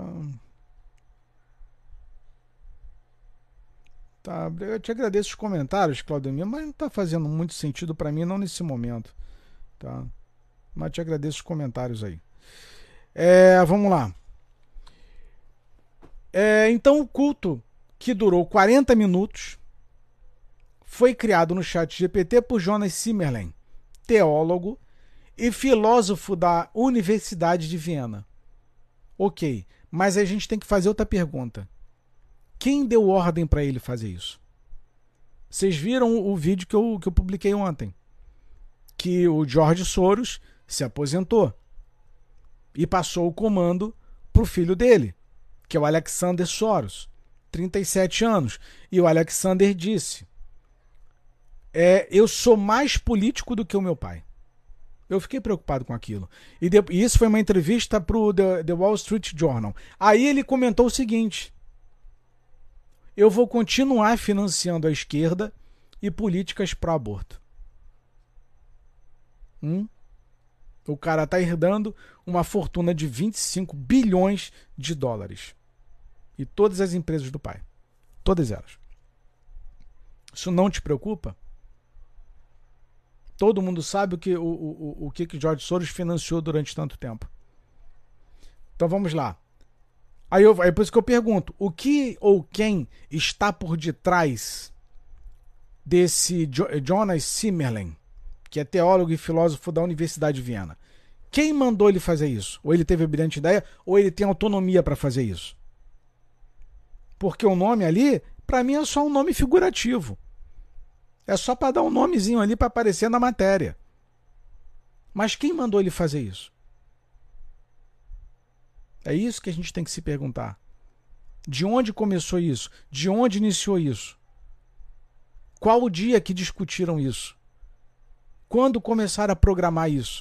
Tá, eu te agradeço os comentários, Claudemir, mas não está fazendo muito sentido para mim, não nesse momento. Tá? Mas te agradeço os comentários aí. É, vamos lá. É, então, o culto, que durou quarenta minutos, foi criado no chat G P T por Jonas Zimmerlein, teólogo e filósofo da Universidade de Viena. Ok, mas a gente tem que fazer outra pergunta. Quem deu ordem para ele fazer isso? Vocês viram o vídeo que eu, que eu publiquei ontem. Que o George Soros se aposentou e passou o comando para o filho dele, que é o Alexander Soros, trinta e sete anos. E o Alexander disse, é, eu sou mais político do que o meu pai. Eu fiquei preocupado com aquilo. E, de, e isso foi uma entrevista para o The, The Wall Street Journal. Aí ele comentou o seguinte: eu vou continuar financiando a esquerda e políticas pró-aborto. Hum? O cara está herdando uma fortuna de vinte e cinco bilhões de dólares. E todas as empresas do pai. Todas elas. Isso não te preocupa? Todo mundo sabe o que o, o, o que, que George Soros financiou durante tanto tempo. Então vamos lá. Aí, eu, aí por isso que eu pergunto, o que ou quem está por detrás desse jo, Jonas Zimmerlein, que é teólogo e filósofo da Universidade de Viena? Quem mandou ele fazer isso? Ou ele teve a brilhante ideia, ou ele tem autonomia para fazer isso? Porque o nome ali, para mim, é só um nome figurativo. É só para dar um nomezinho ali para aparecer na matéria. Mas quem mandou ele fazer isso? É isso que a gente tem que se perguntar. De onde começou isso? De onde iniciou isso? Qual o dia que discutiram isso? Quando começaram a programar isso?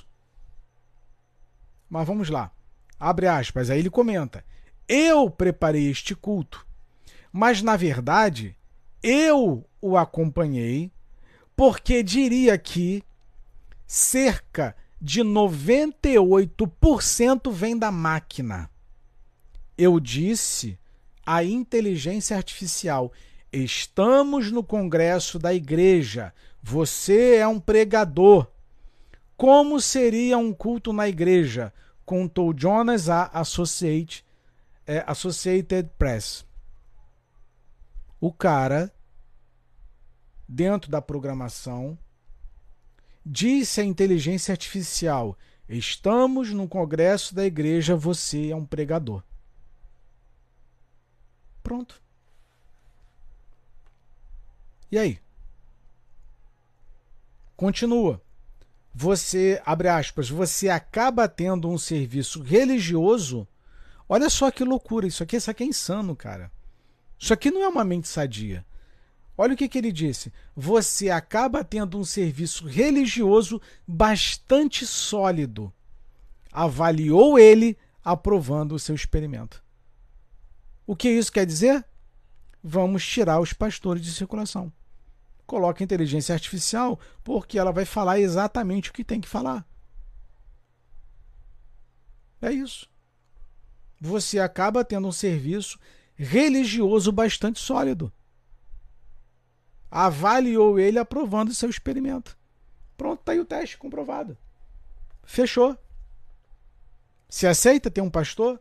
Mas vamos lá. Abre aspas, aí ele comenta. Eu preparei este culto, mas na verdade eu o acompanhei porque diria que cerca de noventa e oito por cento vem da máquina. Eu disse à inteligência artificial, estamos no congresso da igreja, você é um pregador. Como seria um culto na igreja? Contou Jonas a Associate, é, Associated Press. O cara, dentro da programação, disse à inteligência artificial, estamos no congresso da igreja, você é um pregador. Pronto. E aí? Continua. Você, abre aspas, você acaba tendo um serviço religioso. Olha só que loucura, isso aqui, isso aqui é insano, cara. Isso aqui não é uma mente sadia. Olha o que, que ele disse. Você acaba tendo um serviço religioso bastante sólido. Avaliou ele, aprovando o seu experimento. O que isso quer dizer? Vamos tirar os pastores de circulação. Coloca a inteligência artificial, porque ela vai falar exatamente o que tem que falar. É isso. Você acaba tendo um serviço religioso bastante sólido. Avaliou ele aprovando o seu experimento. Pronto, está aí o teste comprovado. Fechou. Se aceita ter um pastor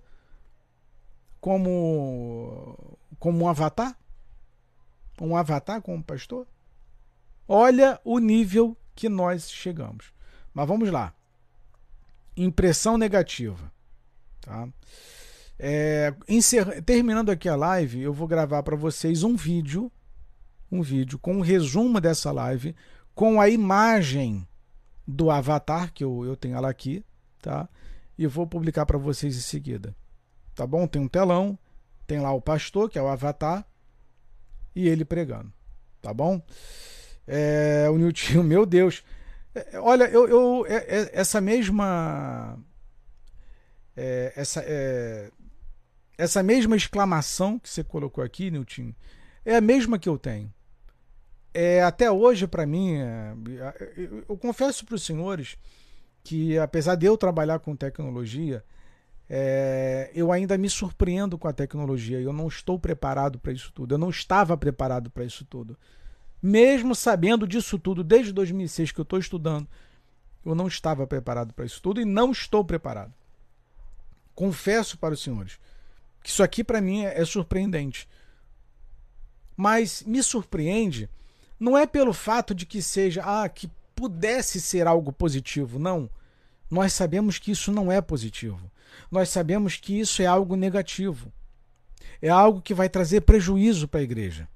como, como um avatar? Um avatar como pastor? Olha o nível que nós chegamos. Mas vamos lá. Impressão negativa. Tá? É, encer... Terminando aqui a live, eu vou gravar para vocês um vídeo, um vídeo com um resumo dessa live, com a imagem do avatar, que eu, eu tenho ela aqui, tá? E eu vou publicar para vocês em seguida. Tá bom? Tem um telão, tem lá o pastor, que é o avatar, e ele pregando. Tá bom? É, o Nilton, meu Deus. É, olha, eu, eu é, é, essa mesma é, essa, é, essa mesma exclamação que você colocou aqui, Nilton, é a mesma que eu tenho. É, até hoje, para mim, é, eu, eu confesso para os senhores que, apesar de eu trabalhar com tecnologia, é, eu ainda me surpreendo com a tecnologia. Eu não estou preparado para isso tudo. Eu não estava preparado para isso tudo. Mesmo sabendo disso tudo desde dois mil e seis que eu estou estudando, eu não estava preparado para isso tudo e não estou preparado. Confesso para os senhores que isso aqui para mim é, é surpreendente. Mas me surpreende não é pelo fato de que seja, ah, que pudesse ser algo positivo. Não. Nós sabemos que isso não é positivo. Nós sabemos que isso é algo negativo. É algo que vai trazer prejuízo para a igreja.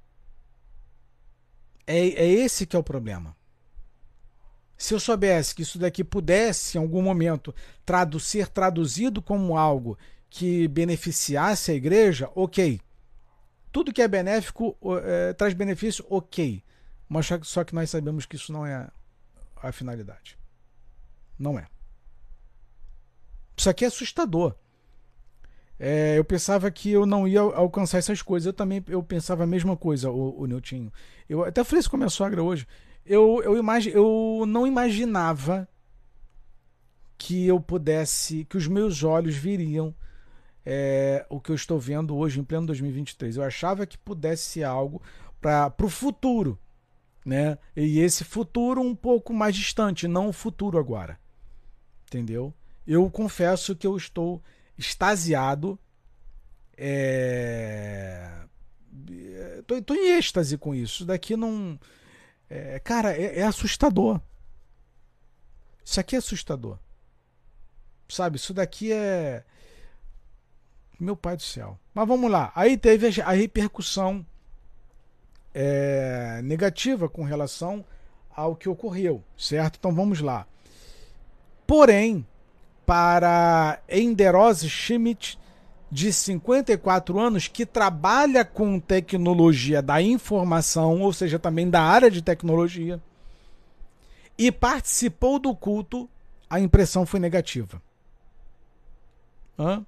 É, é esse que é o problema. Se eu soubesse que isso daqui pudesse, em algum momento, tradu- ser traduzido como algo que beneficiasse a igreja, ok. Tudo que é benéfico é, traz benefício, ok. Mas só que nós sabemos que isso não é a finalidade. Não é. Isso aqui é assustador. É, eu pensava que eu não ia alcançar essas coisas. Eu também eu pensava a mesma coisa, o, o Niltinho. Eu até falei isso com a minha sogra hoje. Eu, eu, imagi, eu não imaginava que eu pudesse, que os meus olhos viriam é, o que eu estou vendo hoje em pleno dois mil e vinte e três. Eu achava que pudesse ser algo para o futuro, né? E esse futuro um pouco mais distante, não o futuro agora. Entendeu? Eu confesso que eu estou extasiado. É... Tô, tô em êxtase com isso. Isso daqui não. É, cara, é, é assustador. Isso aqui é assustador. Sabe? Isso daqui é. Meu pai do céu. Mas vamos lá. Aí teve a repercussão é, negativa com relação ao que ocorreu, certo? Então vamos lá. Porém, para Enderose Schmidt, de cinquenta e quatro anos, que trabalha com tecnologia da informação, ou seja, também da área de tecnologia, e participou do culto, a impressão foi negativa. Hã?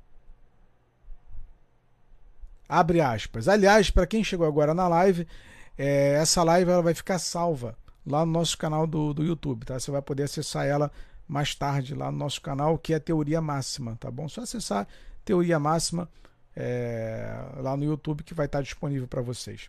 Abre aspas. Aliás, para quem chegou agora na live, é, essa live ela vai ficar salva lá no nosso canal do, do YouTube, tá? Você vai poder acessar ela mais tarde lá no nosso canal, que é Teoria Máxima, tá bom? Só acessar Teoria Máxima é, lá no YouTube que vai estar disponível para vocês.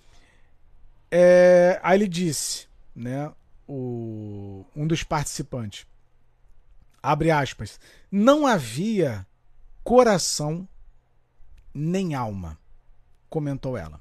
É, aí ele disse, né, o, um dos participantes, abre aspas, não havia coração nem alma, comentou ela.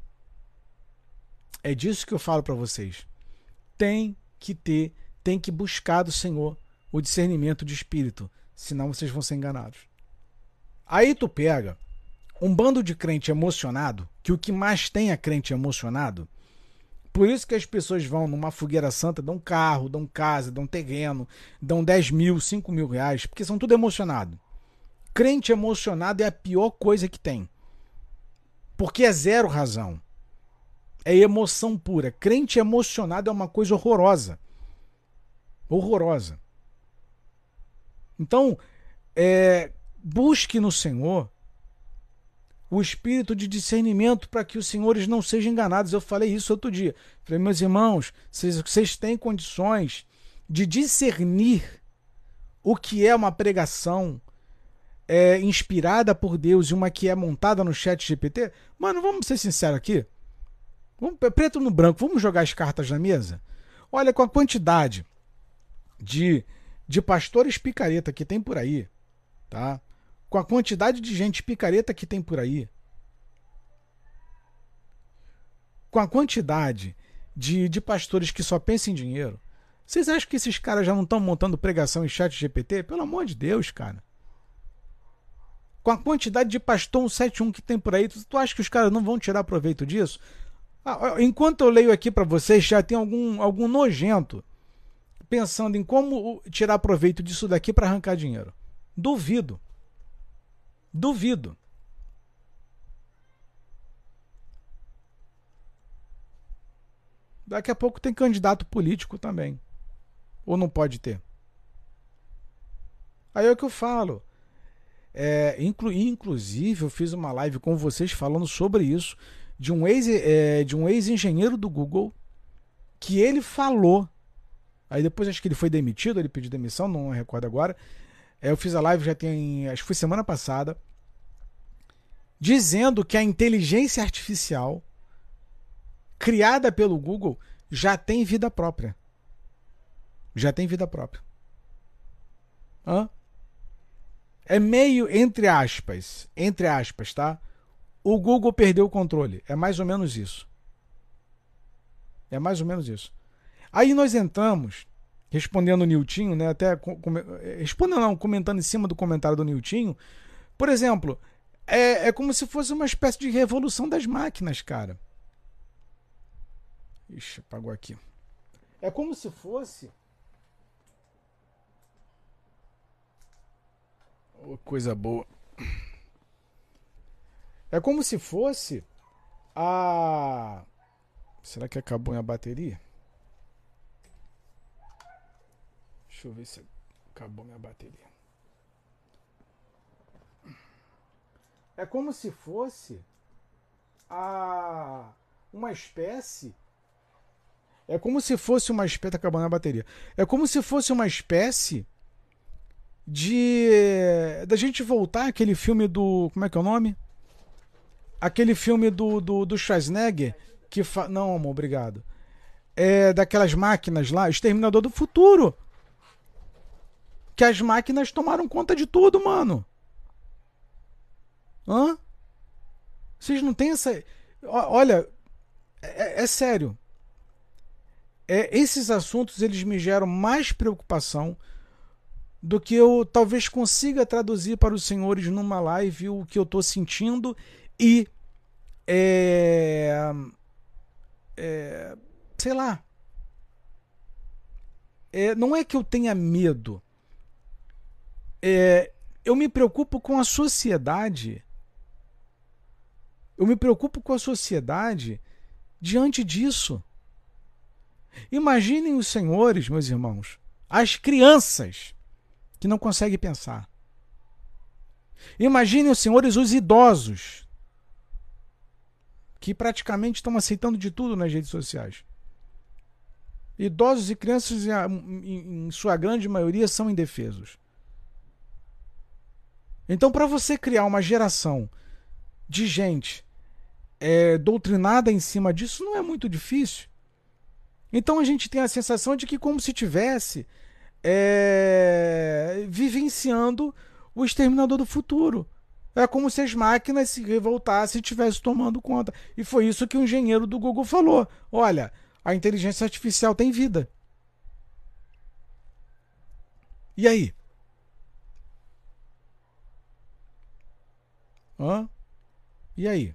É disso que eu falo para vocês. Tem que ter, tem que buscar do Senhor o discernimento de espírito, senão vocês vão ser enganados. Aí tu pega um bando de crente emocionado, que o que mais tem é crente emocionado. Por isso que as pessoas vão numa fogueira santa, dão carro, dão casa, dão terreno, dão dez mil, cinco mil reais, porque são tudo emocionado. Crente emocionado é a pior coisa que tem. Porque é zero razão. É emoção pura. Crente emocionado é uma coisa horrorosa. Horrorosa. Então, é, busque no Senhor o espírito de discernimento para que os senhores não sejam enganados. Eu falei isso outro dia. Falei, meus irmãos, vocês, vocês têm condições de discernir o que é uma pregação é, inspirada por Deus e uma que é montada no chat G P T? Mano, vamos ser sinceros aqui. Vamos, preto no branco, vamos jogar as cartas na mesa? Olha, com a quantidade de, de pastores picareta que tem por aí, tá? Com a quantidade de gente picareta que tem por aí, com a quantidade de, de pastores que só pensam em dinheiro, vocês acham que esses caras já não estão montando pregação em chat G P T? Pelo amor de Deus, cara. Com a quantidade de pastor cento e setenta e um que tem por aí, tu, tu acha que os caras não vão tirar proveito disso? Ah, enquanto eu leio aqui para vocês, já tem algum, algum nojento pensando em como tirar proveito disso daqui para arrancar dinheiro. Duvido. Duvido. Daqui a pouco tem candidato político também. Ou não pode ter? Aí é o que eu falo. É, inclu, inclusive, eu fiz uma live com vocês falando sobre isso, de um ex, é, de um ex-engenheiro do Google, que ele falou. Aí depois acho que ele foi demitido, ele pediu demissão, não recordo agora. É, eu fiz a live já tem, acho que foi semana passada, dizendo que a inteligência artificial criada pelo Google já tem vida própria. Já tem vida própria. Hã? É meio, entre aspas, entre aspas, tá? O Google perdeu o controle. É mais ou menos isso. É mais ou menos isso. Aí nós entramos, respondendo o Niltinho, né? Até com, com, respondendo não, comentando em cima do comentário do Niltinho. Por exemplo, é, é como se fosse uma espécie de revolução das máquinas, cara. Ixi, apagou aqui. É como se fosse... Oh, coisa boa. É como se fosse a... Será que acabou a bateria? Deixa eu ver se acabou minha bateria. É como se fosse a uma espécie. É como se fosse uma espécie. Tá acabando a bateria. É como se fosse uma espécie de. Da gente voltar aquele filme do. Como é que é o nome? Aquele filme do, do, do Schwarzenegger. Que fa... Não, amor, obrigado. É daquelas máquinas lá. Exterminador do Futuro. Que as máquinas tomaram conta de tudo, mano. Hã? Vocês não têm essa... Olha, é, é sério. É, esses assuntos, eles me geram mais preocupação do que eu talvez consiga traduzir para os senhores numa live o que eu estou sentindo e... É, é, sei lá. É, não é que eu tenha medo. É, eu me preocupo com a sociedade. Eu me preocupo com a sociedade diante disso. Imaginem os senhores, meus irmãos, as crianças que não conseguem pensar. Imaginem os senhores, os idosos, que praticamente estão aceitando de tudo nas redes sociais. Idosos e crianças, em sua grande maioria, são indefesos. Então, para você criar uma geração de gente é, doutrinada em cima disso, não é muito difícil. Então, a gente tem a sensação de que como se tivesse é, vivenciando o Exterminador do Futuro. É como se as máquinas se revoltassem e estivessem tomando conta. E foi isso que o engenheiro do Google falou. Olha, a inteligência artificial tem vida. E aí? Hã? E aí?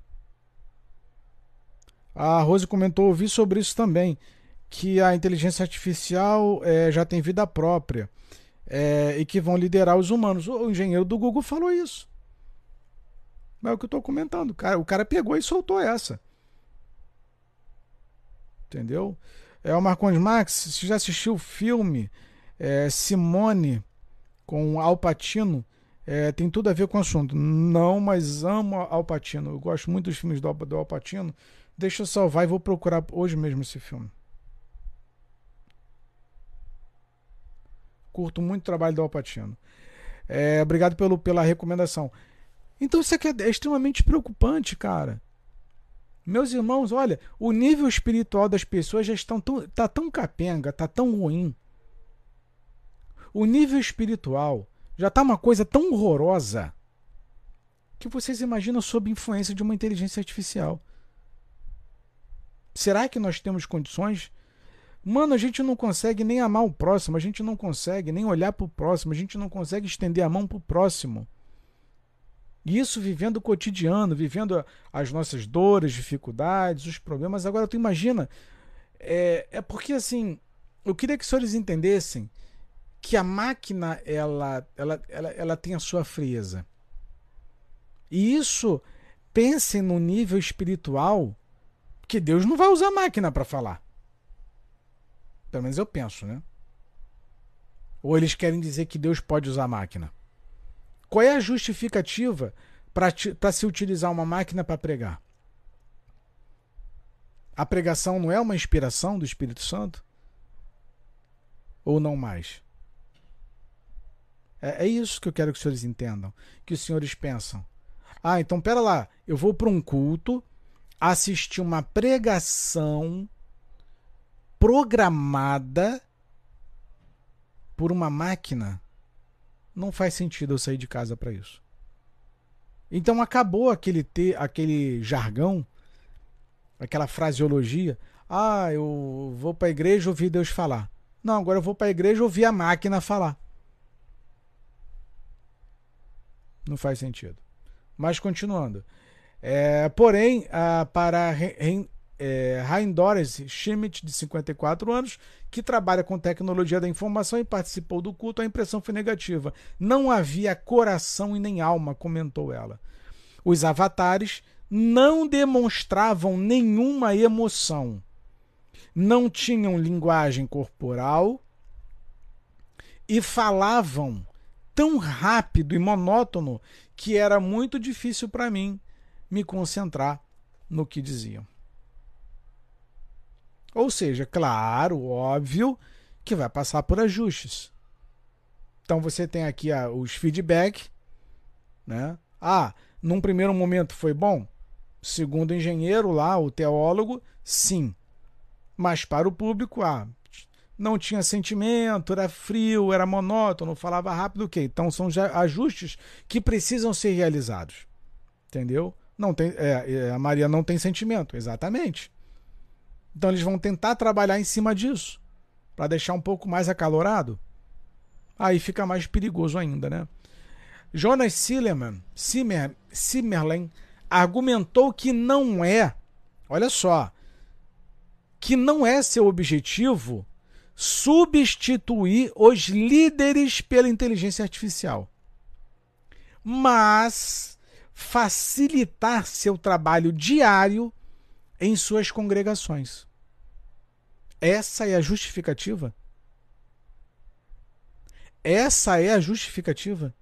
A Rose comentou, ouvi sobre isso também, que a inteligência artificial é, já tem vida própria é, e que vão liderar os humanos. O engenheiro do Google falou isso. É o que eu estou comentando. O cara, o cara pegou e soltou essa. Entendeu? É o Marcondes Max, você já assistiu o filme é, Simone com Al Pacino? É, tem tudo a ver com o assunto. Não, mas amo Al Pacino. Eu gosto muito dos filmes do, do Al Pacino. Deixa eu salvar e vou procurar hoje mesmo esse filme. Curto muito o trabalho do Al Pacino. É, obrigado pelo, pela recomendação. Então isso aqui é extremamente preocupante, cara. Meus irmãos, olha, o nível espiritual das pessoas já estão tão, tá tão capenga, tá tão ruim. O nível espiritual já tá uma coisa tão horrorosa que vocês imaginam sob influência de uma inteligência artificial. Será que nós temos condições? Mano, a gente não consegue nem amar o próximo, a gente não consegue nem olhar pro próximo, a gente não consegue estender a mão pro próximo. E isso vivendo o cotidiano, vivendo as nossas dores, dificuldades, os problemas. Agora, tu imagina, é, é porque assim, eu queria que os senhores entendessem que a máquina, ela, ela, ela, ela tem a sua frieza. E isso, pensem no nível espiritual, que Deus não vai usar a máquina para falar. Pelo menos eu penso, né? Ou eles querem dizer que Deus pode usar a máquina. Qual é a justificativa para se utilizar uma máquina para pregar? A pregação não é uma inspiração do Espírito Santo? Ou não mais? É, é isso que eu quero que os senhores entendam, que os senhores pensam. Ah, então pera lá, eu vou para um culto, assistir uma pregação programada por uma máquina. Não faz sentido eu sair de casa para isso. Então acabou aquele, te, aquele jargão, aquela fraseologia. Ah, eu vou para a igreja ouvir Deus falar. Não, agora eu vou para a igreja ouvir a máquina falar. Não faz sentido. Mas continuando. É, porém, a, para é, Reindores Schmidt, de cinquenta e quatro anos, que trabalha com tecnologia da informação e participou do culto, a impressão foi negativa. Não havia coração e nem alma, comentou ela. Os avatares não demonstravam nenhuma emoção. Não tinham linguagem corporal e falavam tão rápido e monótono que era muito difícil para mim me concentrar no que diziam. Ou seja, claro, óbvio que vai passar por ajustes. Então você tem aqui ah, os feedback, né? Ah, num primeiro momento foi bom? Segundo o engenheiro lá, o teólogo, sim. Mas para o público, ah, não tinha sentimento, era frio, era monótono, falava rápido, ok. Então são já ajustes que precisam ser realizados. Entendeu? Não tem, é, a Maria não tem sentimento, exatamente. Então eles vão tentar trabalhar em cima disso, para deixar um pouco mais acalorado. Aí fica mais perigoso ainda, né? Jonas Sillerman, Zimmer, Zimmerlein argumentou que não é, olha só, que não é seu objetivo substituir os líderes pela inteligência artificial, mas facilitar seu trabalho diário em suas congregações. Essa é a justificativa? Essa é a justificativa?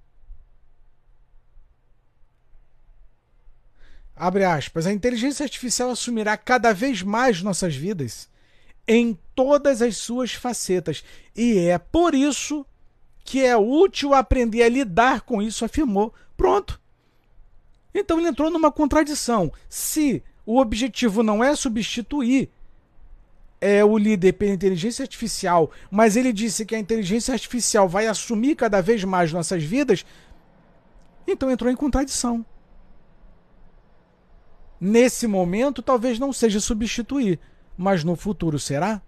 Abre aspas, a inteligência artificial assumirá cada vez mais nossas vidas em todas as suas facetas. E é por isso que é útil aprender a lidar com isso, afirmou. Pronto. Então ele entrou numa contradição. Se o objetivo não é substituir é, o líder pela inteligência artificial, mas ele disse que a inteligência artificial vai assumir cada vez mais nossas vidas, então entrou em contradição. Nesse momento, talvez não seja substituir, mas no futuro será?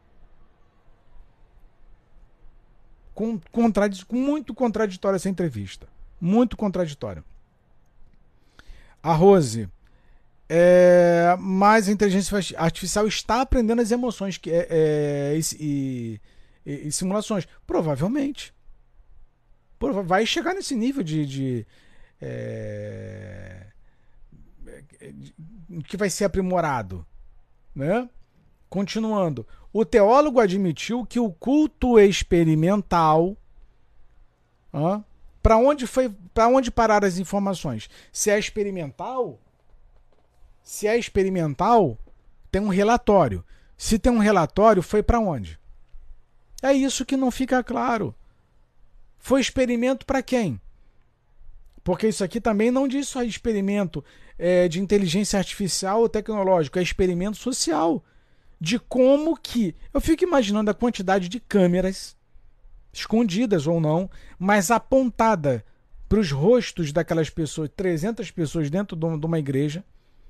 Com, contrad... Muito contraditória essa entrevista. Muito contraditória. A Rose. É... Mas a inteligência artificial está aprendendo as emoções que é, é, e, e, e simulações. Provavelmente. Prova... Vai chegar nesse nível de... de é... que vai ser aprimorado, né? Continuando, o teólogo admitiu que o culto experimental, para onde foi, para onde pararam as informações? Se é experimental, se é experimental, tem um relatório. Se tem um relatório, foi para onde? É isso que não fica claro. Foi experimento para quem? Porque isso aqui também não diz só experimento é, de inteligência artificial ou tecnológico, é experimento social. De como que... Eu fico imaginando a quantidade de câmeras, escondidas ou não, mas apontada para os rostos daquelas pessoas, trezentas pessoas dentro de uma igreja.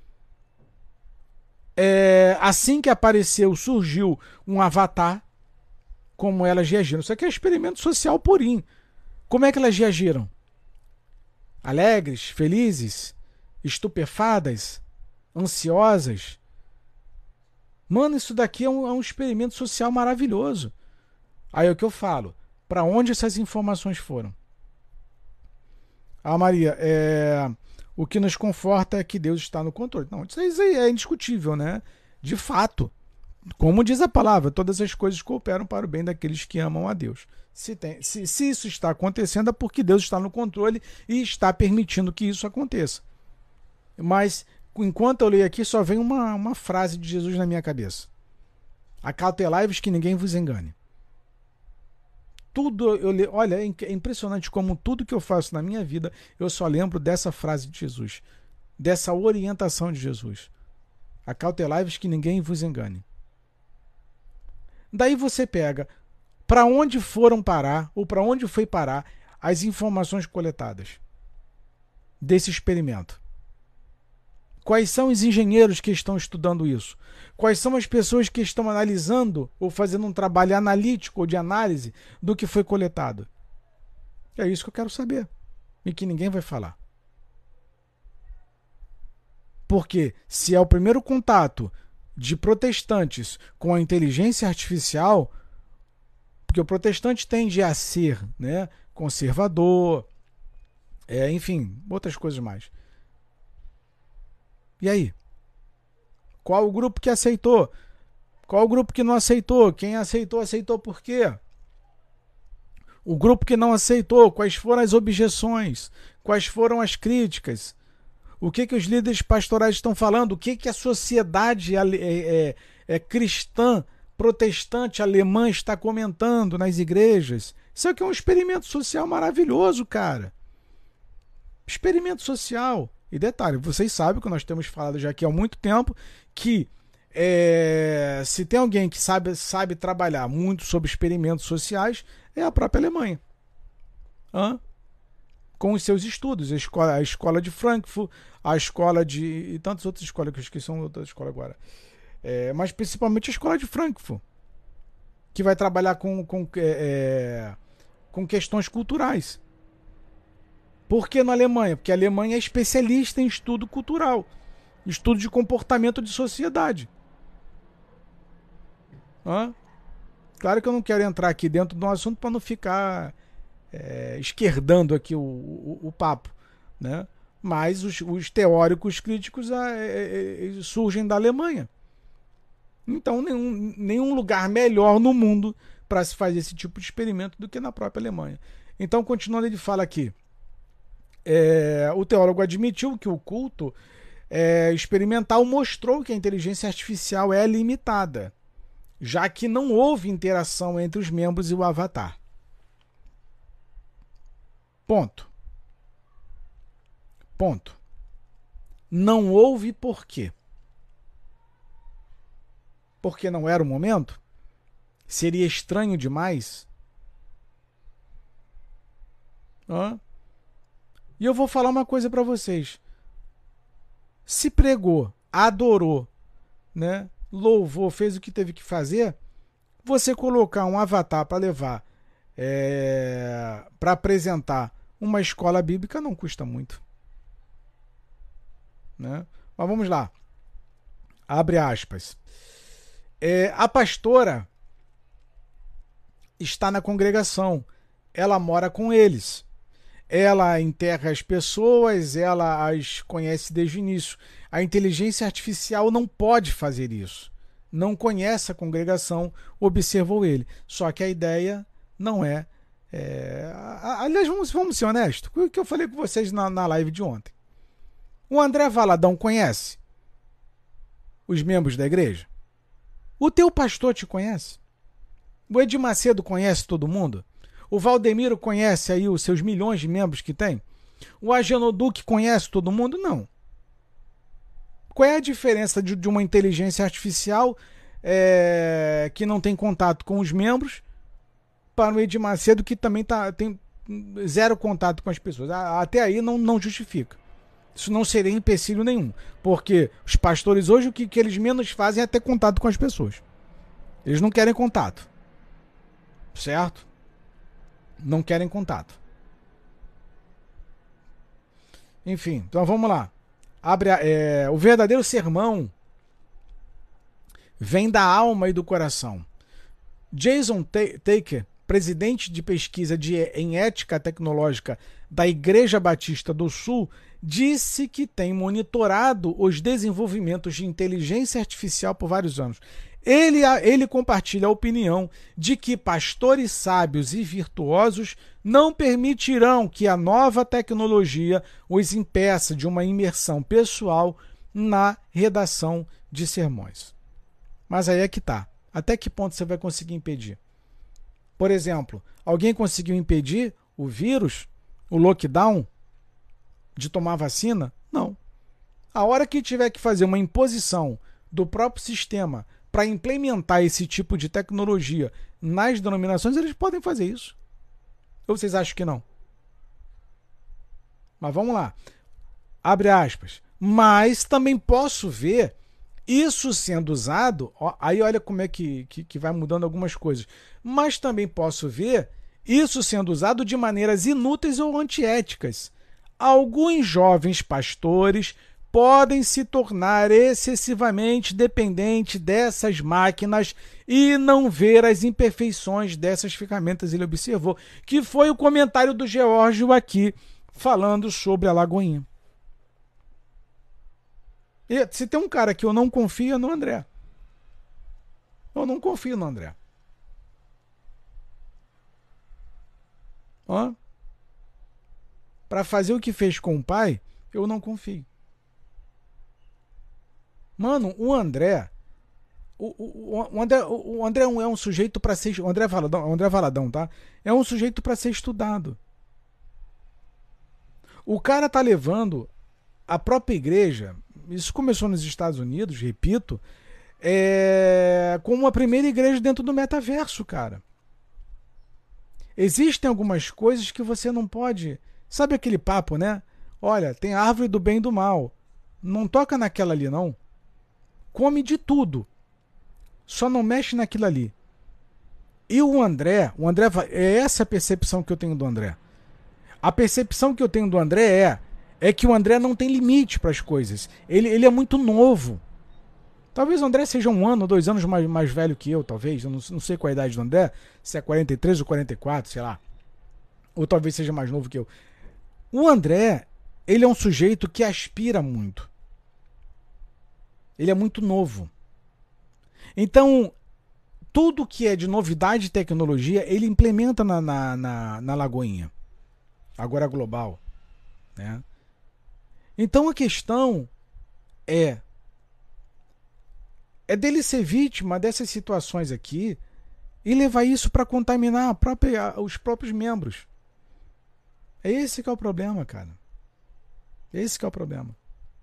É, assim que apareceu, surgiu um avatar, como elas reagiram. Isso aqui é experimento social purinho. Como é que elas reagiram? Alegres, felizes, estupefadas, ansiosas. Mano, isso daqui é um, é um experimento social maravilhoso. Aí é o que eu falo. Para onde essas informações foram? Ah, Maria, é... o que nos conforta é que Deus está no controle. Não, isso aí é indiscutível, né? De fato. Como diz a palavra, todas as coisas cooperam para o bem daqueles que amam a Deus. Se, tem, se, se isso está acontecendo, é porque Deus está no controle e está permitindo que isso aconteça. Mas, enquanto eu leio aqui, só vem uma, uma frase de Jesus na minha cabeça. Acautelai-vos que ninguém vos engane. Tudo, eu leio, olha, é impressionante como tudo que eu faço na minha vida, eu só lembro dessa frase de Jesus, dessa orientação de Jesus. Acautelai-vos que ninguém vos engane. Daí você pega para onde foram parar, ou para onde foi parar, as informações coletadas desse experimento. Quais são os engenheiros que estão estudando isso? Quais são as pessoas que estão analisando ou fazendo um trabalho analítico ou de análise do que foi coletado? É isso que eu quero saber. E que ninguém vai falar. Porque se é o primeiro contato de protestantes com a inteligência artificial, porque o protestante tende a ser, né, conservador, é, enfim, outras coisas mais. E aí? Qual o grupo que aceitou? Qual o grupo que não aceitou? Quem aceitou, aceitou por quê? O grupo que não aceitou, quais foram as objeções? Quais foram as críticas? O que, que os líderes pastorais estão falando? O que, que a sociedade é, é, é, cristã, protestante, alemã está comentando nas igrejas? Isso aqui é um experimento social maravilhoso, cara. Experimento social. E detalhe, vocês sabem que nós temos falado já aqui há muito tempo que é, se tem alguém que sabe, sabe trabalhar muito sobre experimentos sociais, é a própria Alemanha. Hã? Com os seus estudos, a escola, a escola de Frankfurt, a escola de... e tantas outras escolas, que eu esqueci uma outra escola agora. É, mas principalmente a escola de Frankfurt, que vai trabalhar com, com, é, com questões culturais. Por que na Alemanha? Porque a Alemanha é especialista em estudo cultural, estudo de comportamento de sociedade. Hã? Claro que eu não quero entrar aqui dentro de um assunto para não ficar... É, esquerdando aqui o, o, o papo, né? Mas os, os teóricos críticos é, é, surgem da Alemanha. Então, nenhum, nenhum lugar melhor no mundo para se fazer esse tipo de experimento do que na própria Alemanha. Então, continuando, ele fala aqui, é, o teólogo admitiu que o culto é, experimental mostrou que a inteligência artificial é limitada, já que não houve interação entre os membros e o avatar. Ponto. Ponto. Não houve por quê? Porque não era o momento? Seria estranho demais? Hã? E eu vou falar uma coisa para vocês. Se pregou, adorou, né? Louvou, fez o que teve que fazer, você colocar um avatar para levar É, para apresentar uma escola bíblica não custa muito, né? Mas vamos lá, abre aspas, é, a pastora está na congregação, ela mora com eles, ela enterra as pessoas, ela as conhece desde o início. A inteligência artificial não pode fazer isso, não conhece a congregação, observou ele, só que a ideia não é, é... Aliás, vamos, vamos ser honestos. O que eu falei com vocês na, na live de ontem. O André Valadão conhece os membros da igreja? O teu pastor te conhece? O Edir Macedo conhece todo mundo? O Valdemiro conhece aí os seus milhões de membros que tem? O Agenoduque conhece todo mundo? Não. Qual é a diferença de, de uma inteligência artificial é, que não tem contato com os membros para o Edir Macedo, que também tá, tem zero contato com as pessoas? Até aí não, não justifica. Isso não seria empecilho nenhum. Porque os pastores hoje, o que, que eles menos fazem é ter contato com as pessoas. Eles não querem contato. Certo? Não querem contato. Enfim, então vamos lá. Abre a, é, o verdadeiro sermão vem da alma e do coração. Jason Taker, presidente de pesquisa de, em ética tecnológica da Igreja Batista do Sul, disse que tem monitorado os desenvolvimentos de inteligência artificial por vários anos. Ele, ele compartilha a opinião de que pastores sábios e virtuosos não permitirão que a nova tecnologia os impeça de uma imersão pessoal na redação de sermões. Mas aí é que tá. Até que ponto você vai conseguir impedir? Por exemplo, alguém conseguiu impedir o vírus, o lockdown, de tomar vacina? Não. A hora que tiver que fazer uma imposição do próprio sistema para implementar esse tipo de tecnologia nas denominações, eles podem fazer isso. Ou vocês acham que não? Mas vamos lá. Abre aspas. Mas também posso ver isso sendo usado, ó, aí olha como é que, que, que vai mudando algumas coisas. Mas também posso ver isso sendo usado de maneiras inúteis ou antiéticas. Alguns jovens pastores podem se tornar excessivamente dependentes dessas máquinas e não ver as imperfeições dessas ferramentas. Ele observou, que foi o comentário do Geórgio aqui, falando sobre a Lagoinha. E se tem um cara que eu não confio, é no André. Eu não confio no André. Ó. Para fazer o que fez com o pai, eu não confio. Mano, o André, o, o, o André, o André é um sujeito para ser, o André Valadão, o André Valadão, tá? É um sujeito para ser estudado. O cara tá levando a própria igreja, isso começou nos Estados Unidos, repito, é, como uma primeira igreja dentro do metaverso, cara. Existem algumas coisas que você não pode... Sabe aquele papo, né? Olha, tem a árvore do bem e do mal. Não toca naquela ali, não. Come de tudo. Só não mexe naquilo ali. E o André, o André, é essa a percepção que eu tenho do André. A percepção que eu tenho do André é, é que o André não tem limite para as coisas. Ele, ele é muito novo. Talvez o André seja um ano, dois anos mais, mais velho que eu, talvez. Eu não, não sei qual a idade do André, se é quarenta e três ou quarenta e quatro, sei lá. Ou talvez seja mais novo que eu. O André, ele é um sujeito que aspira muito. Ele é muito novo. Então, tudo que é de novidade de tecnologia, ele implementa na, na, na, na Lagoinha. Agora global. Né? Então a questão é é dele ser vítima dessas situações aqui e levar isso para contaminar a própria, os próprios membros. É esse que é o problema, cara. Esse que é o problema.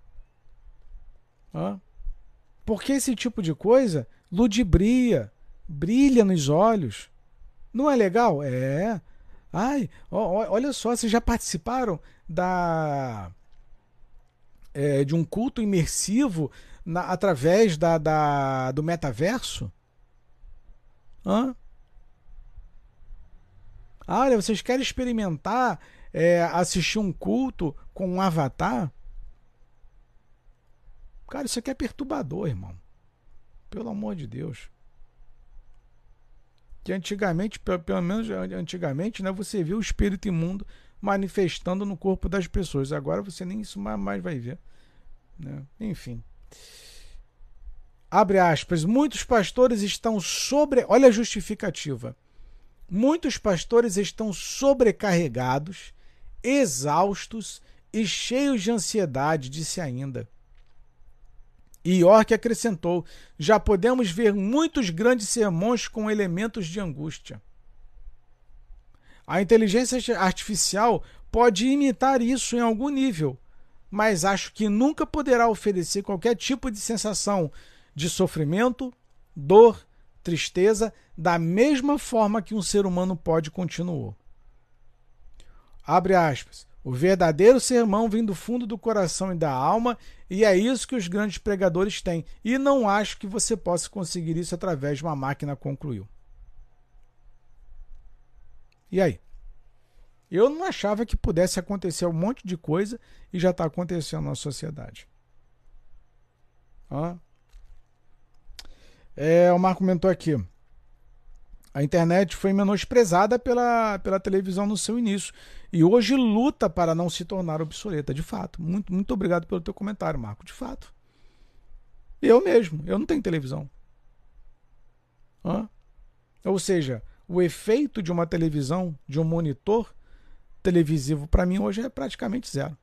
Ó. Porque esse tipo de coisa ludibria, brilha nos olhos. Não é legal? É. Ai, ó, olha só, vocês já participaram da é, de um culto imersivo na, através da, da, do metaverso? Hã? Ah, olha, vocês querem experimentar é, assistir um culto com um avatar? Cara, isso aqui é perturbador, irmão. Pelo amor de Deus. Que antigamente, pelo menos antigamente, né, você viu o espírito imundo manifestando no corpo das pessoas. Agora você nem isso mais vai ver. Né? Enfim. Abre aspas. Muitos pastores estão sobre... Olha a justificativa. Muitos pastores estão sobrecarregados, exaustos e cheios de ansiedade, disse ainda. E York acrescentou, já podemos ver muitos grandes sermões com elementos de angústia. A inteligência artificial pode imitar isso em algum nível, mas acho que nunca poderá oferecer qualquer tipo de sensação de sofrimento, dor, tristeza, da mesma forma que um ser humano pode, continuou. Abre aspas. O verdadeiro sermão vem do fundo do coração e da alma, e é isso que os grandes pregadores têm. E não acho que você possa conseguir isso através de uma máquina, concluiu. E aí? Eu não achava que pudesse acontecer um monte de coisa e já está acontecendo na sociedade. Hã? É, o Marco comentou aqui. A internet foi menosprezada pela, pela televisão no seu início e hoje luta para não se tornar obsoleta, de fato. Muito, muito obrigado pelo teu comentário, Marco, de fato. Eu mesmo, eu não tenho televisão. Hã? Ou seja, o efeito de uma televisão, de um monitor televisivo, para mim hoje é praticamente zero.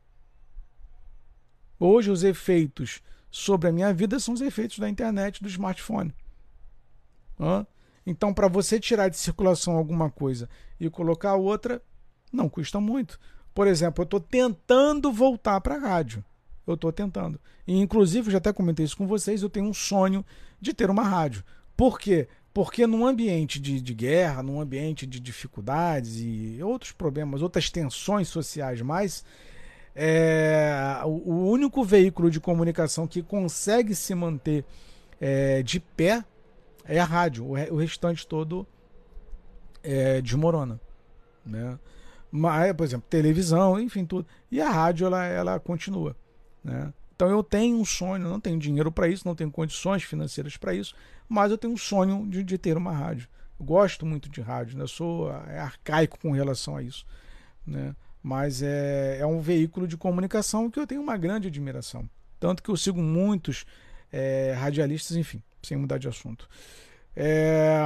Hoje os efeitos sobre a minha vida são os efeitos da internet, do smartphone. Hã? Então, para você tirar de circulação alguma coisa e colocar outra, não custa muito. Por exemplo, eu estou tentando voltar para a rádio. Eu estou tentando. E, inclusive, eu já até comentei isso com vocês, eu tenho um sonho de ter uma rádio. Por quê? Porque num ambiente de, de guerra, num ambiente de dificuldades e outros problemas, outras tensões sociais mais, é, o, o único veículo de comunicação que consegue se manter é, de pé é a rádio. O, o restante todo é, desmorona, né? Mas, por exemplo, televisão, enfim, tudo. E a rádio, ela, ela continua, né? Então eu tenho um sonho, não tenho dinheiro para isso, não tenho condições financeiras para isso, mas eu tenho um sonho de, de ter uma rádio. Eu gosto muito de rádio, né? Eu sou é, arcaico com relação a isso, né? Mas é, é um veículo de comunicação que eu tenho uma grande admiração. Tanto que eu sigo muitos é, radialistas, enfim, sem mudar de assunto. É,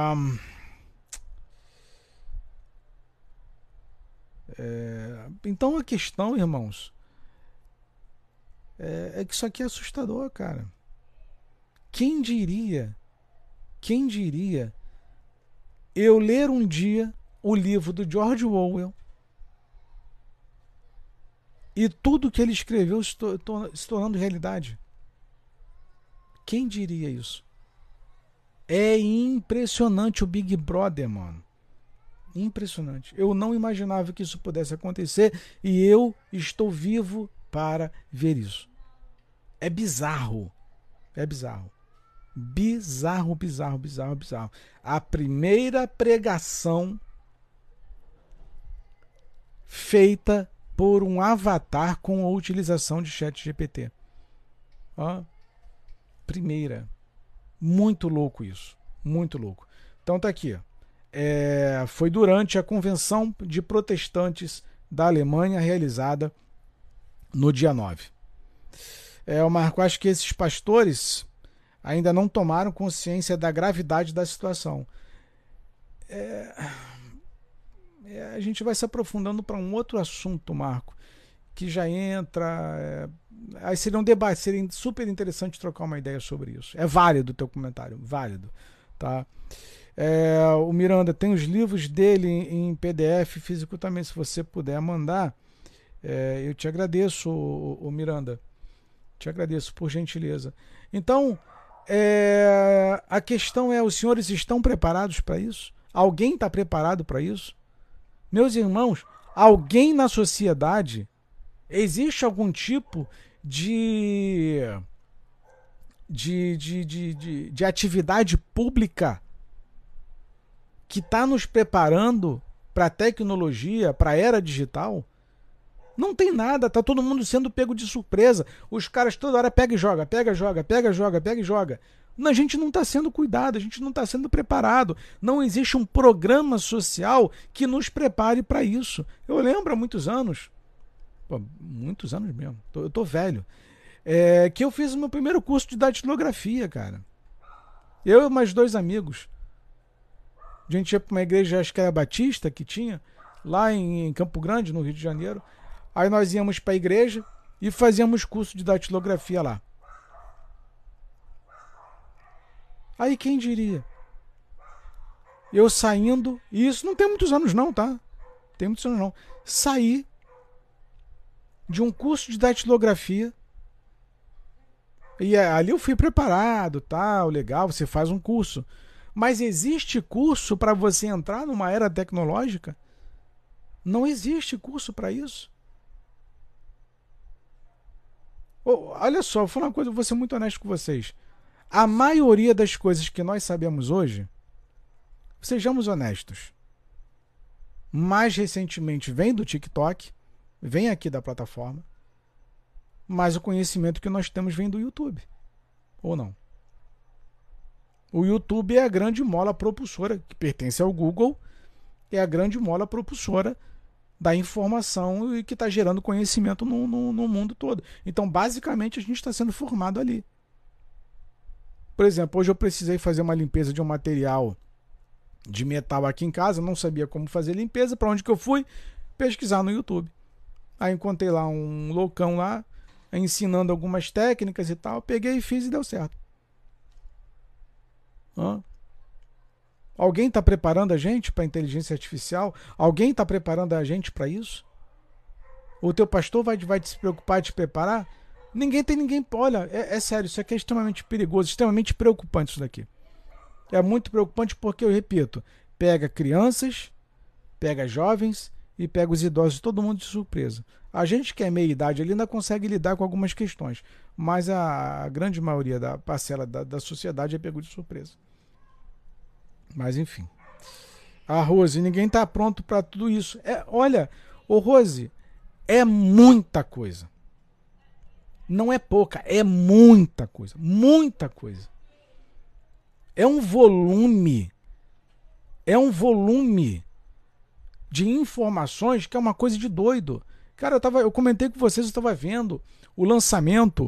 é, então a questão, irmãos, é, é que isso aqui é assustador, cara. Quem diria, quem diria eu ler um dia o livro do George Orwell e tudo que ele escreveu se, to- se tornando realidade? Quem diria isso? É impressionante o Big Brother, mano. Impressionante. Eu não imaginava que isso pudesse acontecer e eu estou vivo para ver isso. É bizarro. É bizarro. Bizarro, bizarro, bizarro, bizarro. A primeira pregação feita por um avatar com a utilização de chat G P T. Ó, primeira. Muito louco isso. Muito louco. Então tá aqui. É, foi durante a Convenção de Protestantes da Alemanha realizada no dia nove. É, Marco, acho que esses pastores ainda não tomaram consciência da gravidade da situação. É, é, a gente vai se aprofundando para um outro assunto, Marco, que já entra. É, aí seria um debate, seria super interessante trocar uma ideia sobre isso. É válido o teu comentário, válido. Tá? É, o Miranda tem os livros dele em, em P D F físico também, se você puder mandar. É, eu te agradeço, o, o Miranda. Te agradeço, por gentileza. Então, é, a questão é: os senhores estão preparados para isso? Alguém está preparado para isso? Meus irmãos, alguém na sociedade, existe algum tipo de, de, de, de, de, de atividade pública que está nos preparando para a tecnologia, para a era digital? Não tem nada, tá todo mundo sendo pego de surpresa. Os caras toda hora pega e joga, pega, joga, pega, joga, pega e joga. A gente não está sendo cuidado, a gente não está sendo preparado. Não existe um programa social que nos prepare para isso. Eu lembro há muitos anos, pô, muitos anos mesmo, eu tô velho, é, que eu fiz o meu primeiro curso de datilografia, cara. Eu e mais dois amigos. A gente ia para uma igreja, acho que era batista, que tinha, lá em Campo Grande, no Rio de Janeiro. Aí nós íamos para a igreja e fazíamos curso de datilografia lá. Aí quem diria? Eu saindo, e isso não tem muitos anos não, tá? Tem muitos anos não. Saí de um curso de datilografia. E ali eu fui preparado, tal, legal, você faz um curso. Mas existe curso para você entrar numa era tecnológica? Não existe curso para isso. Oh, olha só, vou falar uma coisa, vou ser muito honesto com vocês. A maioria das coisas que nós sabemos hoje, sejamos honestos, mais recentemente vem do TikTok, vem aqui da plataforma, mas o conhecimento que nós temos vem do YouTube. Ou não? O YouTube é a grande mola propulsora, que pertence ao Google, é a grande mola propulsora da informação e que está gerando conhecimento no, no, no mundo todo. Então, basicamente, a gente está sendo formado ali. Por exemplo, hoje eu precisei fazer uma limpeza de um material de metal aqui em casa, não sabia como fazer limpeza, para onde que eu fui? Pesquisar no YouTube. Aí encontrei lá um loucão lá, ensinando algumas técnicas e tal, peguei e fiz e deu certo. Hã? Alguém está preparando a gente para a inteligência artificial? Alguém está preparando a gente para isso? O teu pastor vai, vai se preocupar de te preparar? Ninguém tem ninguém. Olha, é, é sério, isso aqui é extremamente perigoso, extremamente preocupante isso daqui. É muito preocupante porque, eu repito, pega crianças, pega jovens e pega os idosos, todo mundo de surpresa. A gente que é meia idade ali ainda consegue lidar com algumas questões, mas a, a grande maioria da parcela da, da sociedade é pego de surpresa. Mas enfim. A Rose, ninguém está pronto para tudo isso. É, olha, ô Rose, é muita coisa. Não é pouca, é muita coisa. Muita coisa. É um volume. É um volume de informações que é uma coisa de doido. Cara, eu, tava, eu comentei com vocês, eu estava vendo o lançamento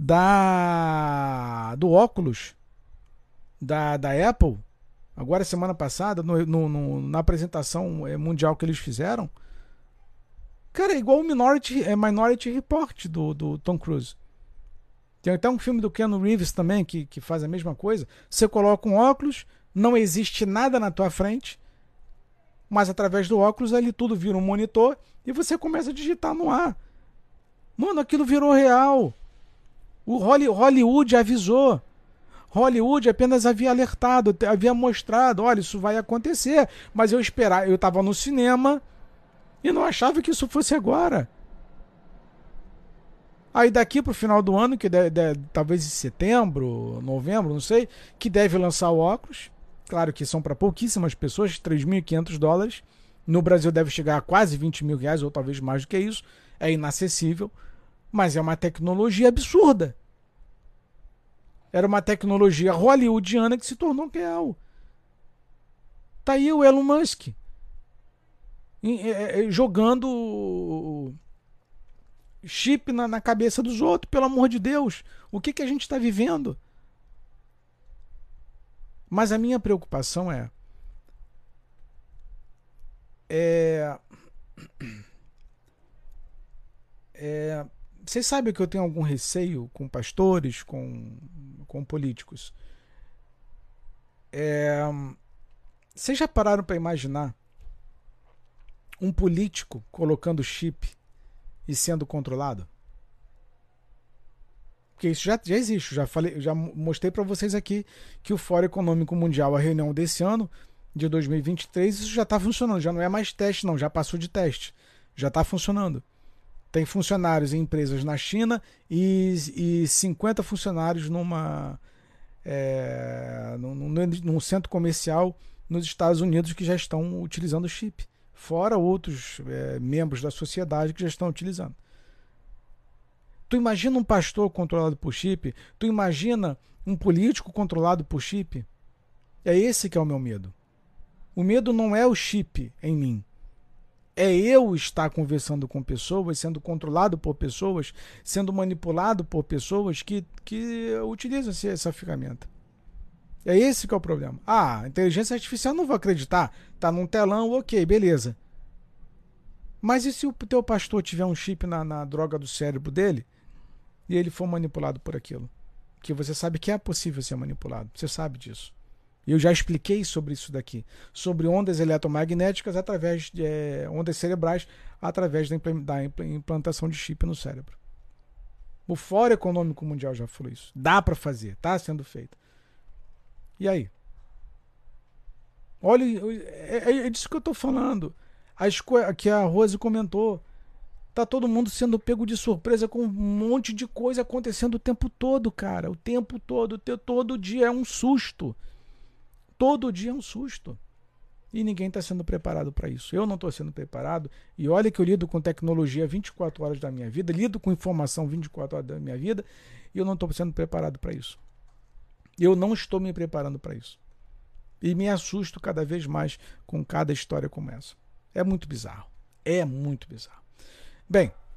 da do óculos da, da Apple. Agora, semana passada, no, no, no, na apresentação mundial que eles fizeram, cara, é igual o Minority, é Minority Report do, do Tom Cruise. Tem até um filme do Keanu Reeves também que, que faz a mesma coisa. Você coloca um óculos, não existe nada na tua frente, mas através do óculos ali tudo vira um monitor e você começa a digitar no ar. Mano, aquilo virou real. O Hollywood avisou. Hollywood apenas havia alertado, havia mostrado, olha, isso vai acontecer. Mas eu esperava, eu estava no cinema e não achava que isso fosse agora. Aí daqui para o final do ano, que deve, deve, talvez em setembro, novembro, não sei, que deve lançar o óculos. Claro que são para pouquíssimas pessoas, três mil e quinhentos dólares. No Brasil deve chegar a quase vinte mil reais, ou talvez mais do que isso. É inacessível, mas é uma tecnologia absurda. Era uma tecnologia hollywoodiana que se tornou real. Tá aí o Elon Musk jogando chip na, na cabeça dos outros, pelo amor de Deus. O que, que a gente está vivendo? Mas a minha preocupação é, é, é vocês sabem que eu tenho algum receio com pastores, com, com políticos. É, vocês já pararam para imaginar um político colocando chip e sendo controlado? Porque isso já, já existe. Já, falei, já mostrei para vocês aqui que o Fórum Econômico Mundial, a reunião desse ano, de dois mil e vinte e três, isso já está funcionando. Já não é mais teste, não. Já passou de teste. Já está funcionando. Tem funcionários em empresas na China e, e cinquenta funcionários numa, é, num, num centro comercial nos Estados Unidos que já estão utilizando o chip. Fora outros é, membros da sociedade que já estão utilizando. Tu imagina um pastor controlado por chip? Tu imagina um político controlado por chip? É esse que é o meu medo. O medo não é o chip em mim. É eu estar conversando com pessoas, sendo controlado por pessoas, sendo manipulado por pessoas que, que utilizam essa ferramenta. É esse que é o problema. Ah, inteligência artificial não vou acreditar. Tá num telão, ok, beleza. Mas e se o teu pastor tiver um chip na, na droga do cérebro dele e ele for manipulado por aquilo? Que você sabe que é possível ser manipulado. Você sabe disso. Eu já expliquei sobre isso daqui, sobre ondas eletromagnéticas através de é, ondas cerebrais através da, da implantação de chip no cérebro. O Fórum Econômico Mundial já falou isso. Dá para fazer, está sendo feito. E aí? Olha, é, é disso que eu estou falando. As que a Rose comentou. Tá todo mundo sendo pego de surpresa com um monte de coisa acontecendo o tempo todo, cara. O tempo todo, todo dia é um susto. Todo dia é um susto. E ninguém está sendo preparado para isso. Eu não estou sendo preparado. E olha que eu lido com tecnologia vinte e quatro horas da minha vida, lido com informação vinte e quatro horas da minha vida, e eu não estou sendo preparado para isso. Eu não estou me preparando para isso. E me assusto cada vez mais com cada história como essa. É muito bizarro. É muito bizarro. Bem,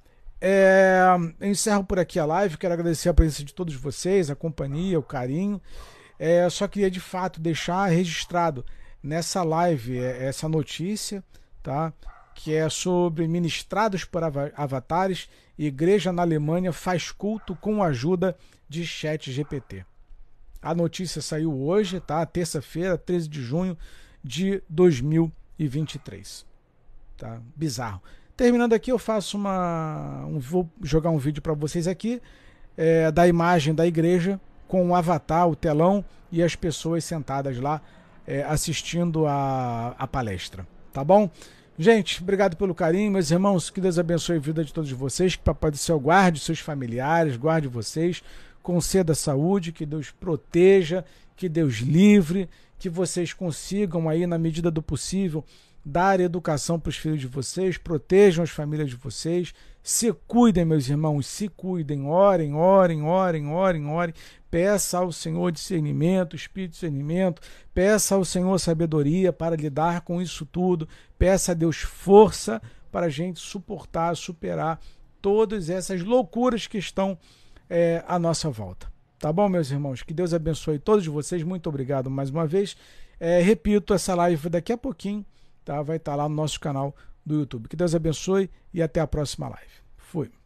é, eu encerro por aqui a live. Quero agradecer a presença de todos vocês, a companhia, o carinho. É, só queria de fato deixar registrado nessa live é, essa notícia, tá? Que é sobre ministrados por avatares. Igreja na Alemanha faz culto com a ajuda de ChatGPT. A notícia saiu hoje, tá? Terça-feira, treze de junho de dois mil e vinte e três. Tá? Bizarro. Terminando aqui, eu faço uma. Um, vou jogar um vídeo para vocês aqui é, da imagem da igreja com o avatar, o telão e as pessoas sentadas lá é, assistindo a, a palestra. Tá bom? Gente, obrigado pelo carinho, meus irmãos. Que Deus abençoe a vida de todos vocês. Que Papai do Céu guarde seus familiares, guarde vocês, conceda saúde, que Deus proteja, que Deus livre, que vocês consigam aí, na medida do possível, dar educação para os filhos de vocês, protejam as famílias de vocês, se cuidem, meus irmãos, se cuidem, orem, orem, orem, orem, orem, peça ao Senhor discernimento, espírito de discernimento, peça ao Senhor sabedoria para lidar com isso tudo, peça a Deus força para a gente suportar, superar todas essas loucuras que estão é, à nossa volta. Tá bom, meus irmãos? Que Deus abençoe todos vocês, muito obrigado mais uma vez. É, repito, essa live daqui a pouquinho, tá? Vai estar lá no nosso canal do YouTube. Que Deus abençoe e até a próxima live. Fui.